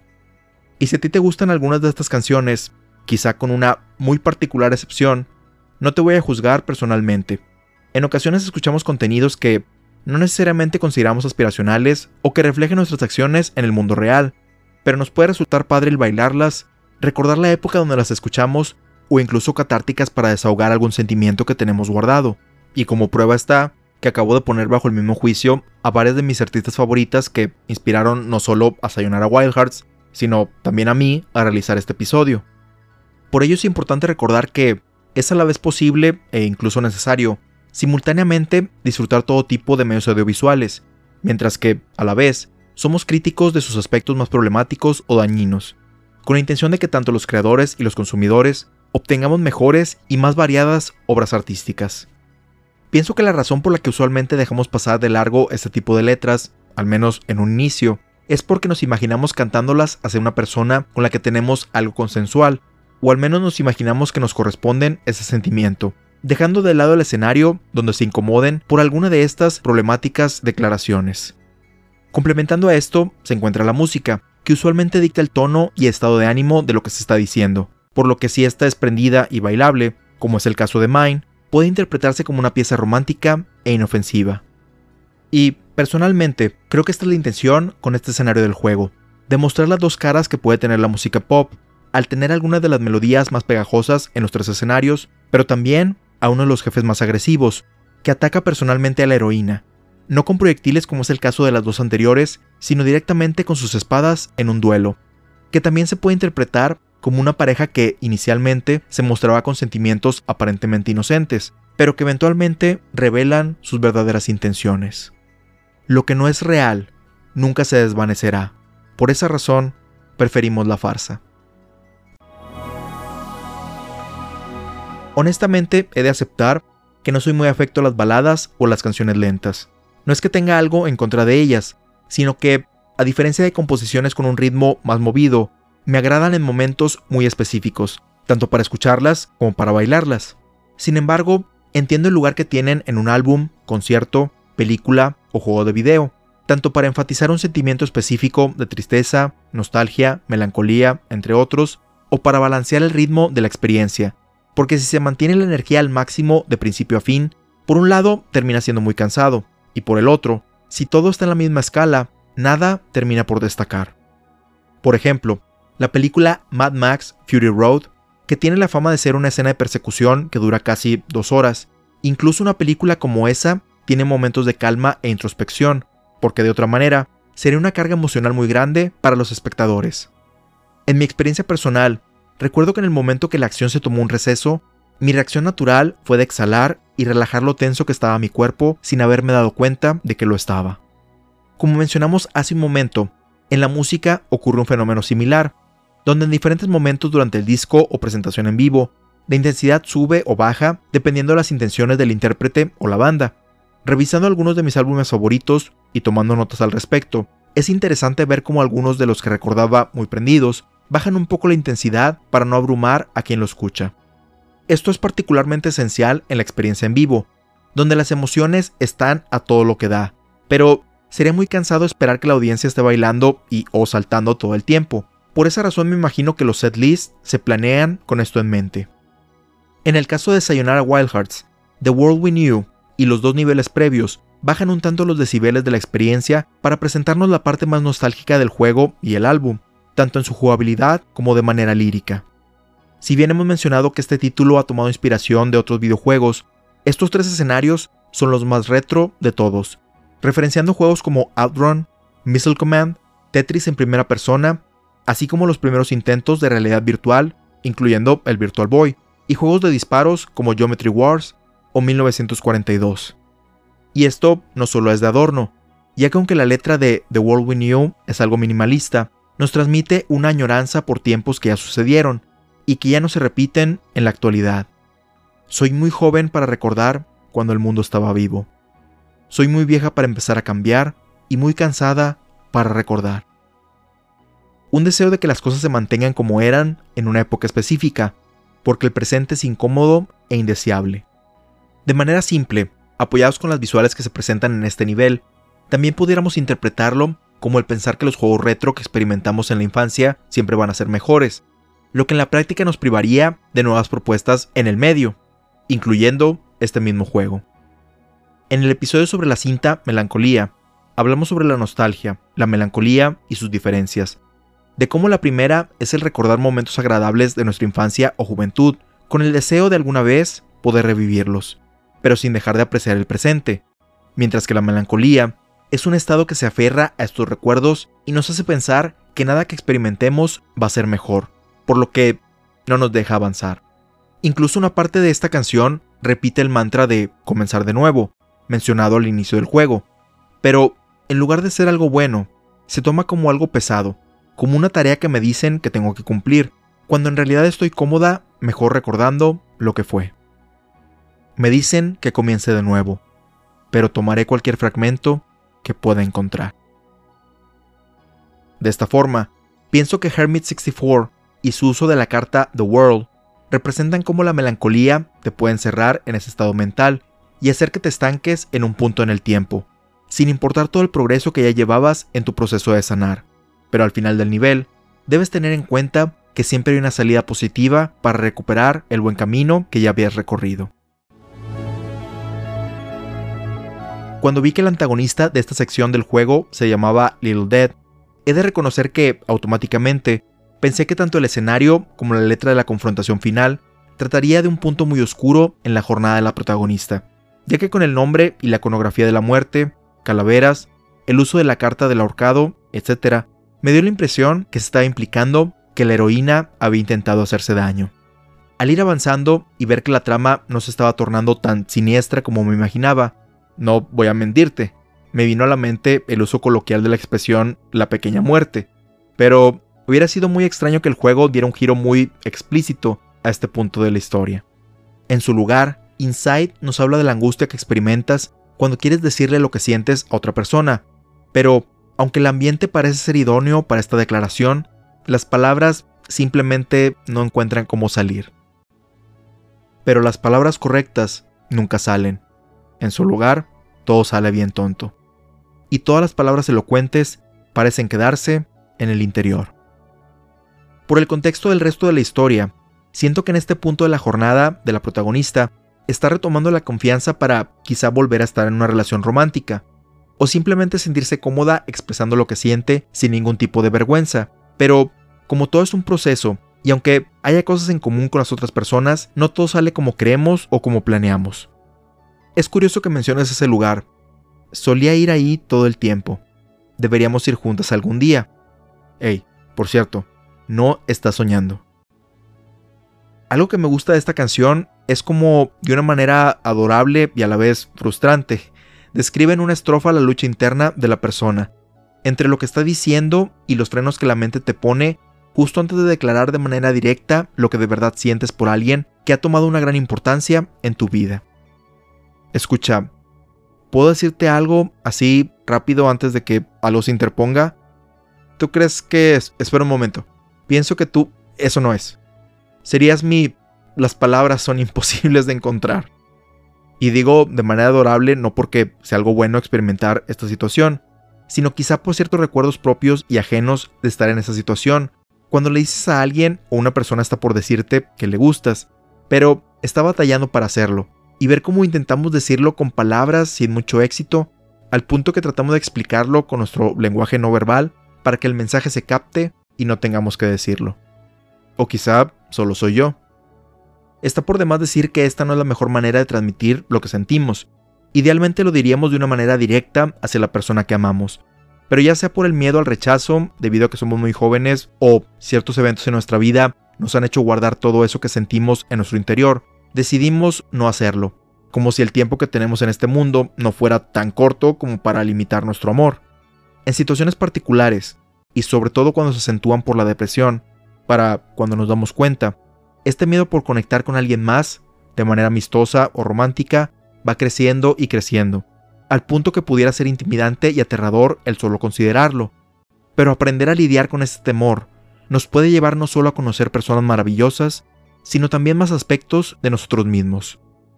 Y si a ti te gustan algunas de estas canciones, quizá con una muy particular excepción, no te voy a juzgar personalmente. En ocasiones escuchamos contenidos que no necesariamente consideramos aspiracionales o que reflejen nuestras acciones en el mundo real, pero nos puede resultar padre el bailarlas, recordar la época donde las escuchamos o incluso catárticas para desahogar algún sentimiento que tenemos guardado. Y como prueba está que acabo de poner bajo el mismo juicio a varias de mis artistas favoritas que inspiraron no solo a Sayonara Wild Hearts, sino también a mí a realizar este episodio. Por ello es importante recordar que es a la vez posible e incluso necesario simultáneamente disfrutar todo tipo de medios audiovisuales, mientras que, a la vez, somos críticos de sus aspectos más problemáticos o dañinos, con la intención de que tanto los creadores y los consumidores obtengamos mejores y más variadas obras artísticas. Pienso que la razón por la que usualmente dejamos pasar de largo este tipo de letras, al menos en un inicio, es porque nos imaginamos cantándolas hacia una persona con la que tenemos algo consensual, o al menos nos imaginamos que nos corresponden ese sentimiento, dejando de lado el escenario donde se incomoden por alguna de estas problemáticas declaraciones. Complementando a esto se encuentra la música, que usualmente dicta el tono y estado de ánimo de lo que se está diciendo, por lo que si esta es prendida y bailable, como es el caso de Mine, puede interpretarse como una pieza romántica e inofensiva. Y, personalmente, creo que esta es la intención con este escenario del juego, demostrar las dos caras que puede tener la música pop, al tener algunas de las melodías más pegajosas en los tres escenarios, pero también a uno de los jefes más agresivos, que ataca personalmente a la heroína, no con proyectiles como es el caso de las dos anteriores, sino directamente con sus espadas en un duelo, que también se puede interpretar como una pareja que inicialmente se mostraba con sentimientos aparentemente inocentes, pero que eventualmente revelan sus verdaderas intenciones. Lo que no es real nunca se desvanecerá. Por esa razón, preferimos la farsa. Honestamente, he de aceptar que no soy muy afecto a las baladas o las canciones lentas. No es que tenga algo en contra de ellas, sino que, a diferencia de composiciones con un ritmo más movido, me agradan en momentos muy específicos, tanto para escucharlas como para bailarlas. Sin embargo, entiendo el lugar que tienen en un álbum, concierto, película o juego de video, tanto para enfatizar un sentimiento específico de tristeza, nostalgia, melancolía, entre otros, o para balancear el ritmo de la experiencia, porque si se mantiene la energía al máximo de principio a fin, por un lado termina siendo muy cansado, y por el otro, si todo está en la misma escala, nada termina por destacar. Por ejemplo, la película Mad Max Fury Road que tiene la fama de ser una escena de persecución que dura casi dos horas. Incluso una película como esa tiene momentos de calma e introspección, porque de otra manera sería una carga emocional muy grande para los espectadores. En mi experiencia personal, recuerdo que en el momento que la acción se tomó un receso, mi reacción natural fue de exhalar y relajar lo tenso que estaba mi cuerpo sin haberme dado cuenta de que lo estaba. Como mencionamos hace un momento, en la música ocurre un fenómeno similar, donde en diferentes momentos durante el disco o presentación en vivo, la intensidad sube o baja dependiendo de las intenciones del intérprete o la banda. Revisando algunos de mis álbumes favoritos y tomando notas al respecto, es interesante ver cómo algunos de los que recordaba muy prendidos bajan un poco la intensidad para no abrumar a quien lo escucha. Esto es particularmente esencial en la experiencia en vivo, donde las emociones están a todo lo que da, pero sería muy cansado esperar que la audiencia esté bailando y o saltando todo el tiempo. Por esa razón me imagino que los setlists se planean con esto en mente. En el caso de Sayonara Wild Hearts, The World We Knew y los dos niveles previos bajan un tanto los decibeles de la experiencia para presentarnos la parte más nostálgica del juego y el álbum, tanto en su jugabilidad como de manera lírica. Si bien hemos mencionado que este título ha tomado inspiración de otros videojuegos, estos tres escenarios son los más retro de todos, referenciando juegos como Outrun, Missile Command, Tetris en primera persona, así como los primeros intentos de realidad virtual, incluyendo el Virtual Boy, y juegos de disparos como Geometry Wars o mil novecientos cuarenta y dos. Y esto no solo es de adorno, ya que aunque la letra de The World We Knew es algo minimalista, nos transmite una añoranza por tiempos que ya sucedieron y que ya no se repiten en la actualidad. Soy muy joven para recordar cuando el mundo estaba vivo. Soy muy vieja para empezar a cambiar y muy cansada para recordar. Un deseo de que las cosas se mantengan como eran en una época específica, porque el presente es incómodo e indeseable. De manera simple, apoyados con las visuales que se presentan en este nivel, también pudiéramos interpretarlo como el pensar que los juegos retro que experimentamos en la infancia siempre van a ser mejores, lo que en la práctica nos privaría de nuevas propuestas en el medio, incluyendo este mismo juego. En el episodio sobre la cinta Melancolía, hablamos sobre la nostalgia, la melancolía y sus diferencias, de cómo la primera es el recordar momentos agradables de nuestra infancia o juventud, con el deseo de alguna vez poder revivirlos, pero sin dejar de apreciar el presente, mientras que la melancolía es un estado que se aferra a estos recuerdos y nos hace pensar que nada que experimentemos va a ser mejor, por lo que no nos deja avanzar. Incluso una parte de esta canción repite el mantra de comenzar de nuevo, mencionado al inicio del juego, pero en lugar de ser algo bueno, se toma como algo pesado, como una tarea que me dicen que tengo que cumplir, cuando en realidad estoy cómoda mejor recordando lo que fue. Me dicen que comience de nuevo, pero tomaré cualquier fragmento que pueda encontrar. De esta forma, pienso que Hermit sesenta y cuatro y su uso de la carta The World representan cómo la melancolía te puede encerrar en ese estado mental y hacer que te estanques en un punto en el tiempo, sin importar todo el progreso que ya llevabas en tu proceso de sanar. Pero al final del nivel, debes tener en cuenta que siempre hay una salida positiva para recuperar el buen camino que ya habías recorrido. Cuando vi que el antagonista de esta sección del juego se llamaba Little Dead, he de reconocer que, automáticamente, pensé que tanto el escenario como la letra de la confrontación final trataría de un punto muy oscuro en la jornada de la protagonista, ya que con el nombre y la iconografía de la muerte, calaveras, el uso de la carta del ahorcado, etcétera, me dio la impresión que se estaba implicando que la heroína había intentado hacerse daño. Al ir avanzando y ver que la trama no se estaba tornando tan siniestra como me imaginaba, no voy a mentirte, me vino a la mente el uso coloquial de la expresión la pequeña muerte, pero hubiera sido muy extraño que el juego diera un giro muy explícito a este punto de la historia. En su lugar, Inside nos habla de la angustia que experimentas cuando quieres decirle lo que sientes a otra persona, pero aunque el ambiente parece ser idóneo para esta declaración, las palabras simplemente no encuentran cómo salir. Pero las palabras correctas nunca salen. En su lugar, todo sale bien tonto. Y todas las palabras elocuentes parecen quedarse en el interior. Por el contexto del resto de la historia, siento que en este punto de la jornada de la protagonista está retomando la confianza para quizá volver a estar en una relación romántica, o simplemente sentirse cómoda expresando lo que siente sin ningún tipo de vergüenza. Pero como todo es un proceso Y aunque haya cosas en común con las otras personas, no todo sale como creemos o como planeamos. Es curioso que menciones ese lugar. Solía ir ahí todo el tiempo. Deberíamos ir juntas algún día. Hey, por cierto, no estás soñando. Algo que me gusta de esta canción es como, de una manera adorable y a la vez frustrante, describe en una estrofa la lucha interna de la persona, entre lo que está diciendo y los frenos que la mente te pone justo antes de declarar de manera directa lo que de verdad sientes por alguien que ha tomado una gran importancia en tu vida. Escucha, ¿puedo decirte algo así rápido antes de que algo se interponga? ¿Tú crees que es? Espera un momento. Pienso que tú... Eso no es. Serías mi... Las palabras son imposibles de encontrar. Y digo de manera adorable no porque sea algo bueno experimentar esta situación, sino quizá por ciertos recuerdos propios y ajenos de estar en esa situación, cuando le dices a alguien o una persona está por decirte que le gustas, pero está batallando para hacerlo, y ver cómo intentamos decirlo con palabras sin mucho éxito, al punto que tratamos de explicarlo con nuestro lenguaje no verbal para que el mensaje se capte y no tengamos que decirlo. O quizá solo soy yo. Está por demás decir que esta no es la mejor manera de transmitir lo que sentimos. Idealmente lo diríamos de una manera directa hacia la persona que amamos. Pero ya sea por el miedo al rechazo, debido a que somos muy jóvenes, o ciertos eventos en nuestra vida nos han hecho guardar todo eso que sentimos en nuestro interior, decidimos no hacerlo. Como si el tiempo que tenemos en este mundo no fuera tan corto como para limitar nuestro amor. En situaciones particulares, y sobre todo cuando se acentúan por la depresión, para cuando nos damos cuenta, este miedo por conectar con alguien más, de manera amistosa o romántica, va creciendo y creciendo, al punto que pudiera ser intimidante y aterrador el solo considerarlo. Pero aprender a lidiar con este temor nos puede llevar no solo a conocer personas maravillosas, sino también más aspectos de nosotros mismos.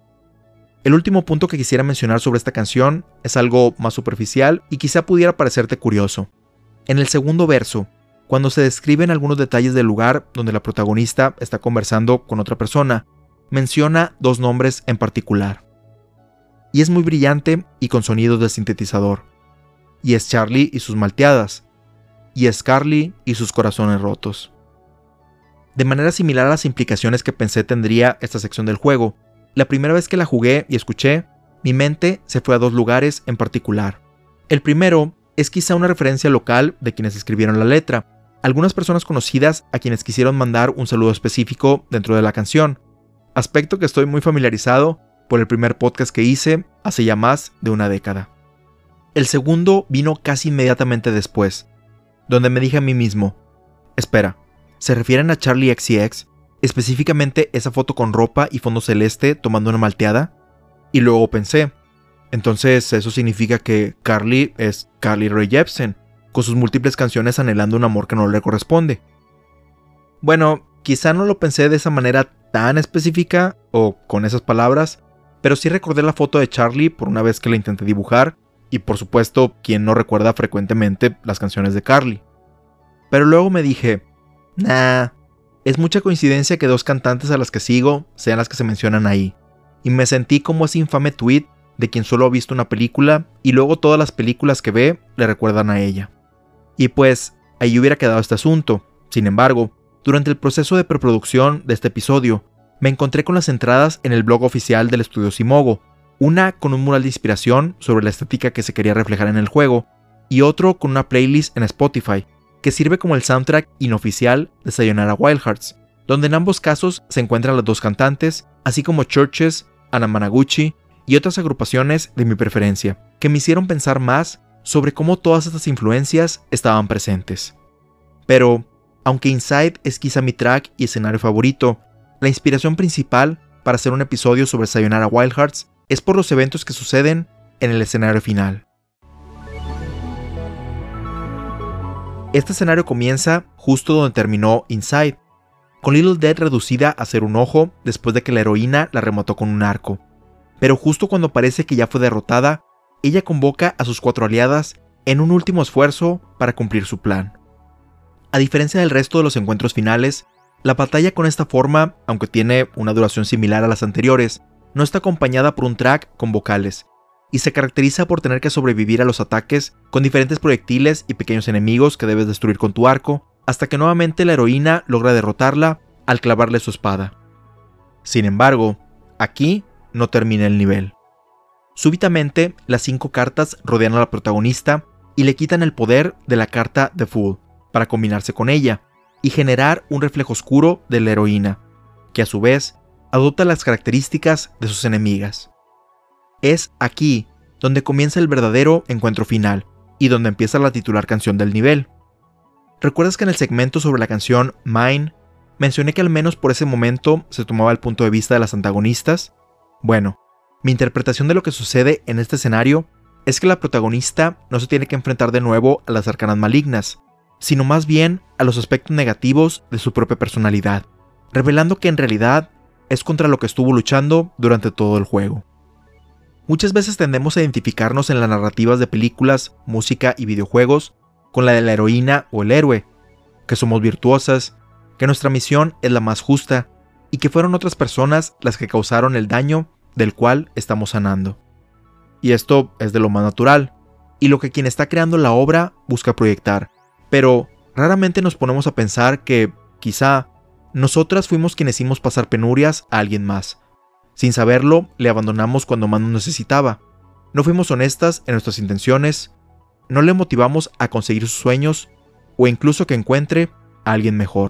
El último punto que quisiera mencionar sobre esta canción es algo más superficial y quizá pudiera parecerte curioso. En el segundo verso, cuando se describen algunos detalles del lugar donde la protagonista está conversando con otra persona, menciona dos nombres en particular. Y es muy brillante y con sonidos de sintetizador. Y es Charlie y sus malteadas. Y es Carly y sus corazones rotos. De manera similar a las implicaciones que pensé tendría esta sección del juego, la primera vez que la jugué y escuché, mi mente se fue a dos lugares en particular. El primero es quizá una referencia local de quienes escribieron la letra, algunas personas conocidas a quienes quisieron mandar un saludo específico dentro de la canción, aspecto que estoy muy familiarizado por el primer podcast que hice hace ya más de una década. El segundo vino casi inmediatamente después, donde me dije a mí mismo, espera, ¿se refieren a Charli X C X? Específicamente esa foto con ropa y fondo celeste tomando una malteada? Y luego pensé, entonces eso significa que Carly es Carly Rae Jepsen, con sus múltiples canciones anhelando un amor que no le corresponde. Bueno, quizá no lo pensé de esa manera tan específica o con esas palabras, pero sí recordé la foto de Charlie por una vez que la intenté dibujar, y por supuesto, quien no recuerda frecuentemente las canciones de Carly. Pero luego me dije, nah, es mucha coincidencia que dos cantantes a las que sigo sean las que se mencionan ahí, y me sentí como ese infame tweet de quien solo ha visto una película y luego todas las películas que ve le recuerdan a ella. Y pues, ahí hubiera quedado este asunto. Sin embargo, durante el proceso de preproducción de este episodio, me encontré con las entradas en el blog oficial del estudio Simogo, una con un mural de inspiración sobre la estética que se quería reflejar en el juego, y otro con una playlist en Spotify, que sirve como el soundtrack inoficial de Sayonara Wild Hearts, donde en ambos casos se encuentran las dos cantantes, así como Churches, Anna Managuchi y otras agrupaciones de mi preferencia, que me hicieron pensar más sobre cómo todas estas influencias estaban presentes. Pero, aunque Inside es quizá mi track y escenario favorito, la inspiración principal para hacer un episodio sobre Sayonara Wild Hearts es por los eventos que suceden en el escenario final. Este escenario comienza justo donde terminó Inside, con Little Death reducida a ser un ojo después de que la heroína la remató con un arco. Pero justo cuando parece que ya fue derrotada, ella convoca a sus cuatro aliadas en un último esfuerzo para cumplir su plan. A diferencia del resto de los encuentros finales, la batalla con esta forma, aunque tiene una duración similar a las anteriores, no está acompañada por un track con vocales, y se caracteriza por tener que sobrevivir a los ataques con diferentes proyectiles y pequeños enemigos que debes destruir con tu arco, hasta que nuevamente la heroína logra derrotarla al clavarle su espada. Sin embargo, aquí no termina el nivel. Súbitamente, las cinco cartas rodean a la protagonista y le quitan el poder de la carta The Fool para combinarse con ella y generar un reflejo oscuro de la heroína, que a su vez adopta las características de sus enemigas. Es aquí donde comienza el verdadero encuentro final y donde empieza la titular canción del nivel. ¿Recuerdas que en el segmento sobre la canción Mine mencioné que al menos por ese momento se tomaba el punto de vista de las antagonistas? Bueno, mi interpretación de lo que sucede en este escenario es que la protagonista no se tiene que enfrentar de nuevo a las arcanas malignas, sino más bien a los aspectos negativos de su propia personalidad, revelando que en realidad es contra lo que estuvo luchando durante todo el juego. Muchas veces tendemos a identificarnos en las narrativas de películas, música y videojuegos con la de la heroína o el héroe, que somos virtuosas, que nuestra misión es la más justa y que fueron otras personas las que causaron el daño del cual estamos sanando. Y esto es de lo más natural, y lo que quien está creando la obra busca proyectar, pero raramente nos ponemos a pensar que, quizá, nosotras fuimos quienes hicimos pasar penurias a alguien más. Sin saberlo, le abandonamos cuando más nos necesitaba. No fuimos honestas en nuestras intenciones, no le motivamos a conseguir sus sueños, o incluso que encuentre a alguien mejor.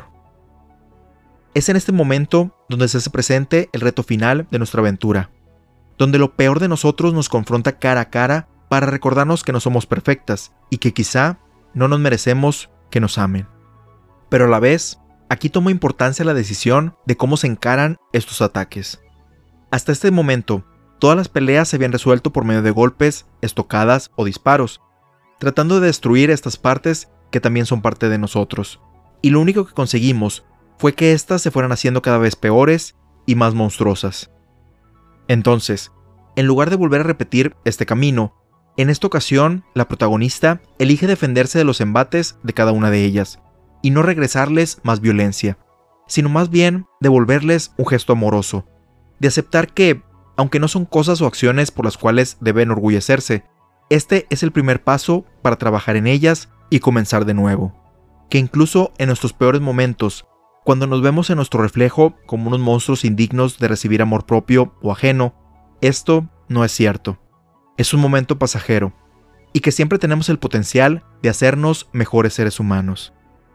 Es en este momento donde se hace presente el reto final de nuestra aventura, donde lo peor de nosotros nos confronta cara a cara para recordarnos que no somos perfectas y que quizá no nos merecemos que nos amen. Pero a la vez, aquí toma importancia la decisión de cómo se encaran estos ataques. Hasta este momento, todas las peleas se habían resuelto por medio de golpes, estocadas o disparos, tratando de destruir estas partes que también son parte de nosotros. Y lo único que conseguimos fue que éstas se fueran haciendo cada vez peores y más monstruosas. Entonces, en lugar de volver a repetir este camino, en esta ocasión la protagonista elige defenderse de los embates de cada una de ellas, y no regresarles más violencia, sino más bien devolverles un gesto amoroso, de aceptar que, aunque no son cosas o acciones por las cuales debe enorgullecerse, este es el primer paso para trabajar en ellas y comenzar de nuevo. Que incluso en nuestros peores momentos, cuando nos vemos en nuestro reflejo como unos monstruos indignos de recibir amor propio o ajeno, esto no es cierto. Es un momento pasajero, y que siempre tenemos el potencial de hacernos mejores seres humanos.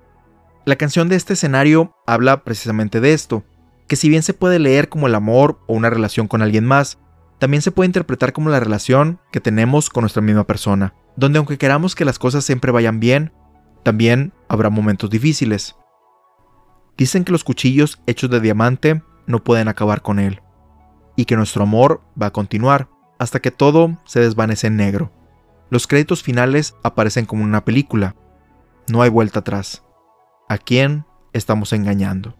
La canción de este escenario habla precisamente de esto, que si bien se puede leer como el amor o una relación con alguien más, también se puede interpretar como la relación que tenemos con nuestra misma persona, donde aunque queramos que las cosas siempre vayan bien, también habrá momentos difíciles. Dicen que los cuchillos hechos de diamante no pueden acabar con él, y que nuestro amor va a continuar hasta que todo se desvanece en negro. Los créditos finales aparecen como en una película. No hay vuelta atrás. ¿A quién estamos engañando?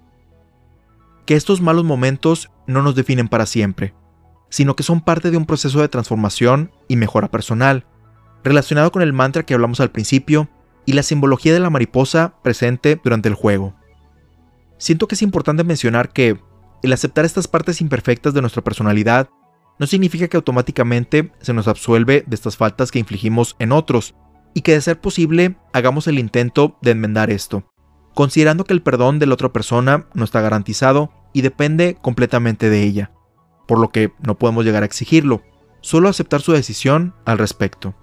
Que estos malos momentos no nos definen para siempre, sino que son parte de un proceso de transformación y mejora personal, relacionado con el mantra que hablamos al principio y la simbología de la mariposa presente durante el juego. Siento que es importante mencionar que el aceptar estas partes imperfectas de nuestra personalidad no significa que automáticamente se nos absuelve de estas faltas que infligimos en otros, y que de ser posible hagamos el intento de enmendar esto, considerando que el perdón de la otra persona no está garantizado y depende completamente de ella, por lo que no podemos llegar a exigirlo, solo aceptar su decisión al respecto.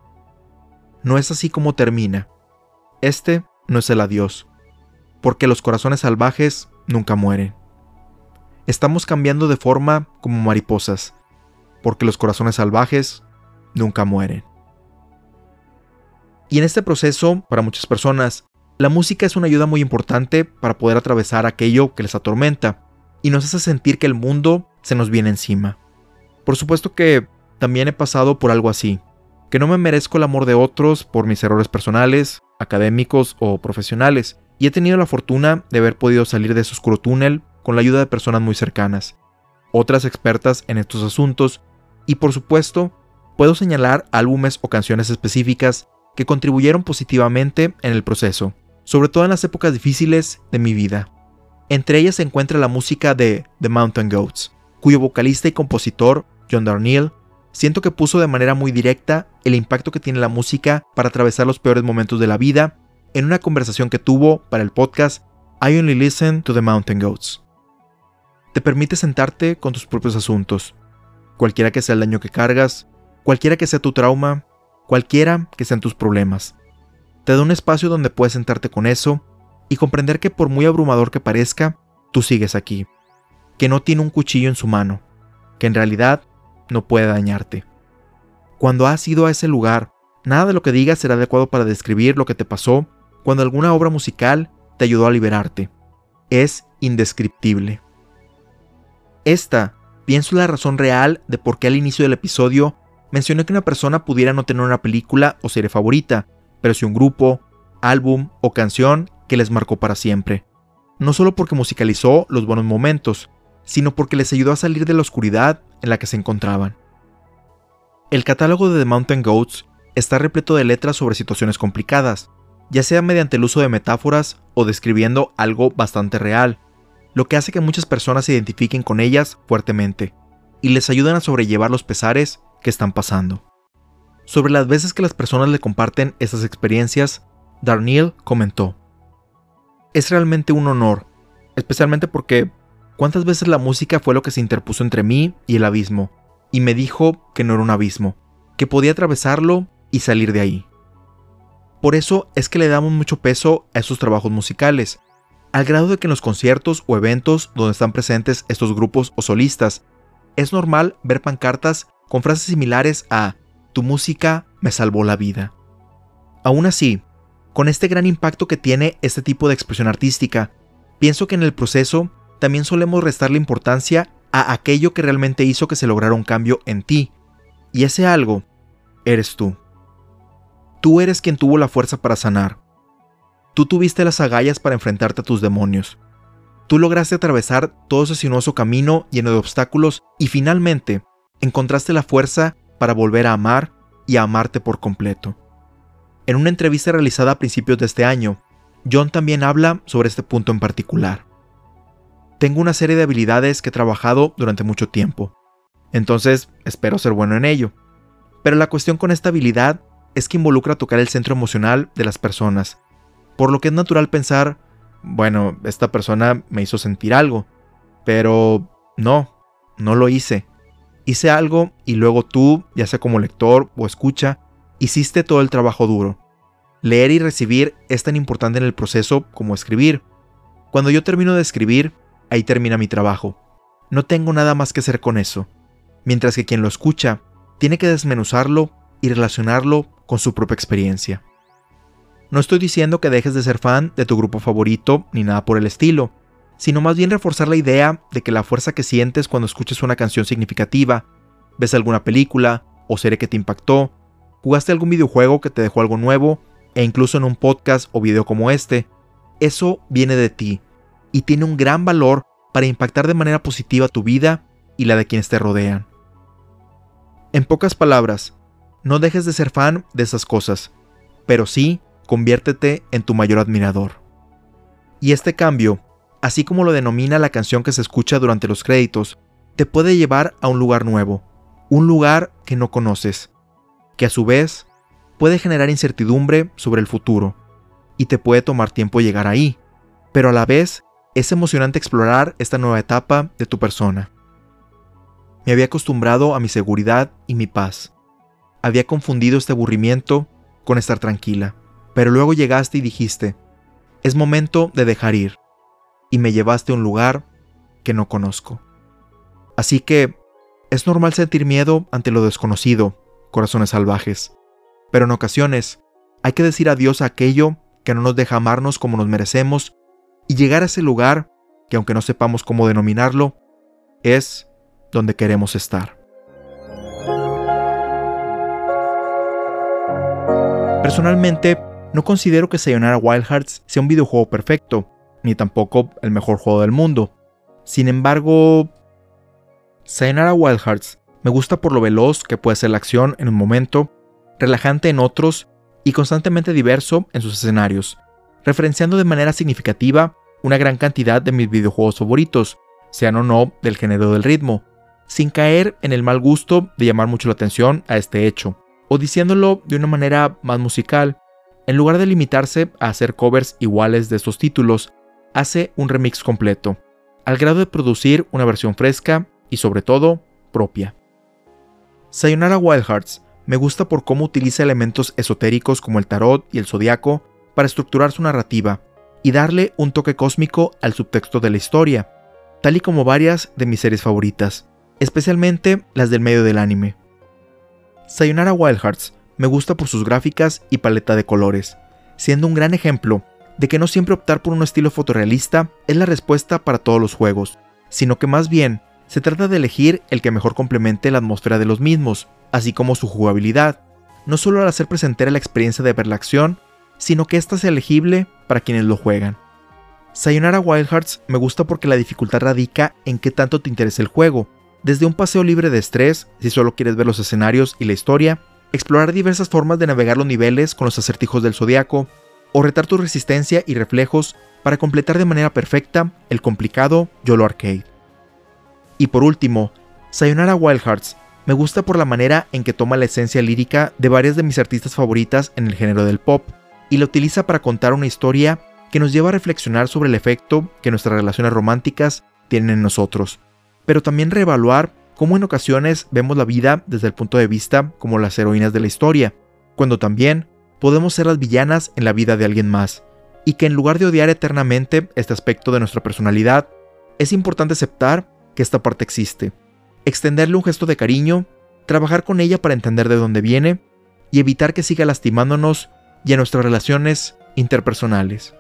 No es así como termina. Este no es el adiós, porque los corazones salvajes nunca mueren. Estamos cambiando de forma como mariposas, porque los corazones salvajes nunca mueren. Y en este proceso, para muchas personas, la música es una ayuda muy importante para poder atravesar aquello que les atormenta y nos hace sentir que el mundo se nos viene encima. Por supuesto que también he pasado por algo así, que no me merezco el amor de otros por mis errores personales, académicos o profesionales, y he tenido la fortuna de haber podido salir de ese oscuro túnel con la ayuda de personas muy cercanas, otras expertas en estos asuntos, y por supuesto, puedo señalar álbumes o canciones específicas que contribuyeron positivamente en el proceso, sobre todo en las épocas difíciles de mi vida. Entre ellas se encuentra la música de The Mountain Goats, cuyo vocalista y compositor, John Darnielle, siento que puso de manera muy directa el impacto que tiene la música para atravesar los peores momentos de la vida en una conversación que tuvo para el podcast I Only Listen to the Mountain Goats. Te permite sentarte con tus propios asuntos, cualquiera que sea el daño que cargas, cualquiera que sea tu trauma, cualquiera que sean tus problemas. Te da un espacio donde puedes sentarte con eso y comprender que por muy abrumador que parezca, tú sigues aquí, que no tiene un cuchillo en su mano, que en realidad no puede dañarte. Cuando has ido a ese lugar, nada de lo que digas será adecuado para describir lo que te pasó cuando alguna obra musical te ayudó a liberarte. Es indescriptible. Esta, pienso, es la razón real de por qué al inicio del episodio mencioné que una persona pudiera no tener una película o serie favorita, pero sí un grupo, álbum o canción que les marcó para siempre. No solo porque musicalizó los buenos momentos, sino porque les ayudó a salir de la oscuridad en la que se encontraban. El catálogo de The Mountain Goats está repleto de letras sobre situaciones complicadas, ya sea mediante el uso de metáforas o describiendo algo bastante real, lo que hace que muchas personas se identifiquen con ellas fuertemente y les ayudan a sobrellevar los pesares que están pasando. Sobre las veces que las personas le comparten estas experiencias, Darnielle comentó: es realmente un honor, especialmente porque ¿cuántas veces la música fue lo que se interpuso entre mí y el abismo? Y me dijo que no era un abismo, que podía atravesarlo y salir de ahí. Por eso es que le damos mucho peso a estos trabajos musicales, al grado de que en los conciertos o eventos donde están presentes estos grupos o solistas, es normal ver pancartas con frases similares a «Tu música me salvó la vida». Aún así, con este gran impacto que tiene este tipo de expresión artística, pienso que en el proceso también solemos restarle importancia a aquello que realmente hizo que se lograra un cambio en ti, y ese algo eres tú. Tú eres quien tuvo la fuerza para sanar. Tú tuviste las agallas para enfrentarte a tus demonios. Tú lograste atravesar todo ese sinuoso camino lleno de obstáculos y finalmente encontraste la fuerza para volver a amar y a amarte por completo. En una entrevista realizada a principios de este año, John también habla sobre este punto en particular. Tengo una serie de habilidades que he trabajado durante mucho tiempo, entonces espero ser bueno en ello. Pero la cuestión con esta habilidad es que involucra tocar el centro emocional de las personas, por lo que es natural pensar, bueno, esta persona me hizo sentir algo, pero no, no lo hice. Hice algo y luego tú, ya sea como lector o escucha, hiciste todo el trabajo duro. Leer y recibir es tan importante en el proceso como escribir. Cuando yo termino de escribir, ahí termina mi trabajo. No tengo nada más que hacer con eso. Mientras que quien lo escucha tiene que desmenuzarlo y relacionarlo con su propia experiencia. No estoy diciendo que dejes de ser fan de tu grupo favorito ni nada por el estilo, sino más bien reforzar la idea de que la fuerza que sientes cuando escuchas una canción significativa, ves alguna película o serie que te impactó, jugaste algún videojuego que te dejó algo nuevo, e incluso en un podcast o video como este, eso viene de ti y tiene un gran valor para impactar de manera positiva tu vida y la de quienes te rodean. En pocas palabras, no dejes de ser fan de esas cosas, pero sí conviértete en tu mayor admirador. Y este cambio, así como lo denomina la canción que se escucha durante los créditos, te puede llevar a un lugar nuevo, un lugar que no conoces, que a su vez puede generar incertidumbre sobre el futuro, y te puede tomar tiempo llegar ahí, pero a la vez es emocionante explorar esta nueva etapa de tu persona. Me había acostumbrado a mi seguridad y mi paz. Había confundido este aburrimiento con estar tranquila, pero luego llegaste y dijiste, es momento de dejar ir, y me llevaste a un lugar que no conozco. Así que es normal sentir miedo ante lo desconocido, corazones salvajes, pero en ocasiones hay que decir adiós a aquello que no nos deja amarnos como nos merecemos y llegar a ese lugar que, aunque no sepamos cómo denominarlo, es donde queremos estar. Personalmente, no considero que Sayonara Wild Hearts sea un videojuego perfecto, ni tampoco el mejor juego del mundo. Sin embargo, Sayonara Wild Hearts me gusta por lo veloz que puede ser la acción en un momento, relajante en otros y constantemente diverso en sus escenarios, referenciando de manera significativa una gran cantidad de mis videojuegos favoritos, sean o no del género del ritmo, sin caer en el mal gusto de llamar mucho la atención a este hecho, o diciéndolo de una manera más musical, En lugar de limitarse a hacer covers iguales de estos títulos, hace un remix completo, al grado de producir una versión fresca y sobre todo, propia. Sayonara Wild Hearts me gusta por cómo utiliza elementos esotéricos como el tarot y el zodiaco para estructurar su narrativa y darle un toque cósmico al subtexto de la historia, tal y como varias de mis series favoritas, especialmente las del medio del anime. Sayonara Wild Hearts me gusta por sus gráficas y paleta de colores, siendo un gran ejemplo de que no siempre optar por un estilo fotorrealista es la respuesta para todos los juegos, sino que más bien se trata de elegir el que mejor complemente la atmósfera de los mismos, así como su jugabilidad, no solo al hacer presentera la experiencia de ver la acción, sino que ésta sea legible para quienes lo juegan. Sayonara Wild Hearts me gusta porque la dificultad radica en qué tanto te interesa el juego, desde un paseo libre de estrés, si solo quieres ver los escenarios y la historia, explorar diversas formas de navegar los niveles con los acertijos del zodiaco, o retar tu resistencia y reflejos para completar de manera perfecta el complicado YOLO Arcade. Y por último, Sayonara Wild Hearts me gusta por la manera en que toma la esencia lírica de varias de mis artistas favoritas en el género del pop, y la utiliza para contar una historia que nos lleva a reflexionar sobre el efecto que nuestras relaciones románticas tienen en nosotros, pero también reevaluar cómo en ocasiones vemos la vida desde el punto de vista como las heroínas de la historia, cuando también podemos ser las villanas en la vida de alguien más, y que en lugar de odiar eternamente este aspecto de nuestra personalidad, es importante aceptar que esta parte existe, extenderle un gesto de cariño, trabajar con ella para entender de dónde viene y evitar que siga lastimándonos y en nuestras relaciones interpersonales.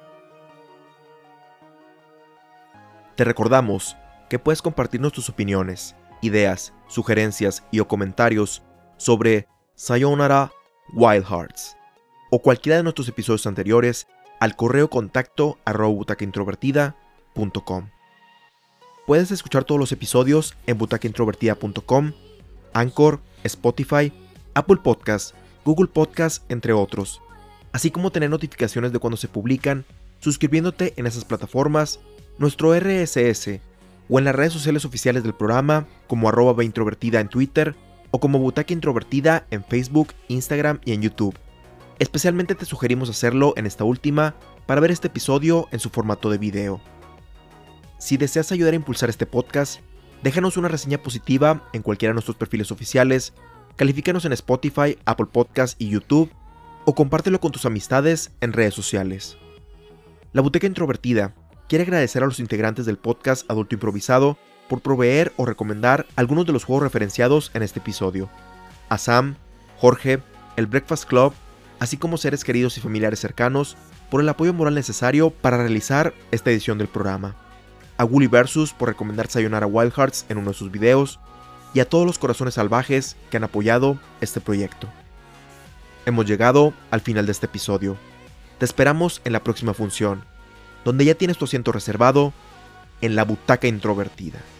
Te recordamos que puedes compartirnos tus opiniones, ideas, sugerencias y o comentarios sobre Sayonara Wild Hearts o cualquiera de nuestros episodios anteriores al correo contacto arroba butaca introvertida punto com. Puedes escuchar todos los episodios en butaca introvertida punto com, Anchor, Spotify, Apple Podcasts, Google Podcasts, entre otros, así como tener notificaciones de cuando se publican, suscribiéndote en esas plataformas, nuestro R S S o en las redes sociales oficiales del programa como arroba beintrovertida en Twitter o como Butaca Introvertida en Facebook, Instagram y en YouTube. Especialmente te sugerimos hacerlo en esta última para ver este episodio en su formato de video. Si deseas ayudar a impulsar este podcast, déjanos una reseña positiva en cualquiera de nuestros perfiles oficiales, califícanos en Spotify, Apple Podcasts y YouTube, o compártelo con tus amistades en redes sociales. La Butaca Introvertida quiere agradecer a los integrantes del podcast Adulto Improvisado por proveer o recomendar algunos de los juegos referenciados en este episodio. A Sam, Jorge, el Breakfast Club, así como seres queridos y familiares cercanos, por el apoyo moral necesario para realizar esta edición del programa. A Wooly Versus por recomendar Sayonara Wild Hearts en uno de sus videos, y a todos los corazones salvajes que han apoyado este proyecto. Hemos llegado al final de este episodio. Te esperamos en la próxima función, donde ya tienes tu asiento reservado en la Butaca Introvertida.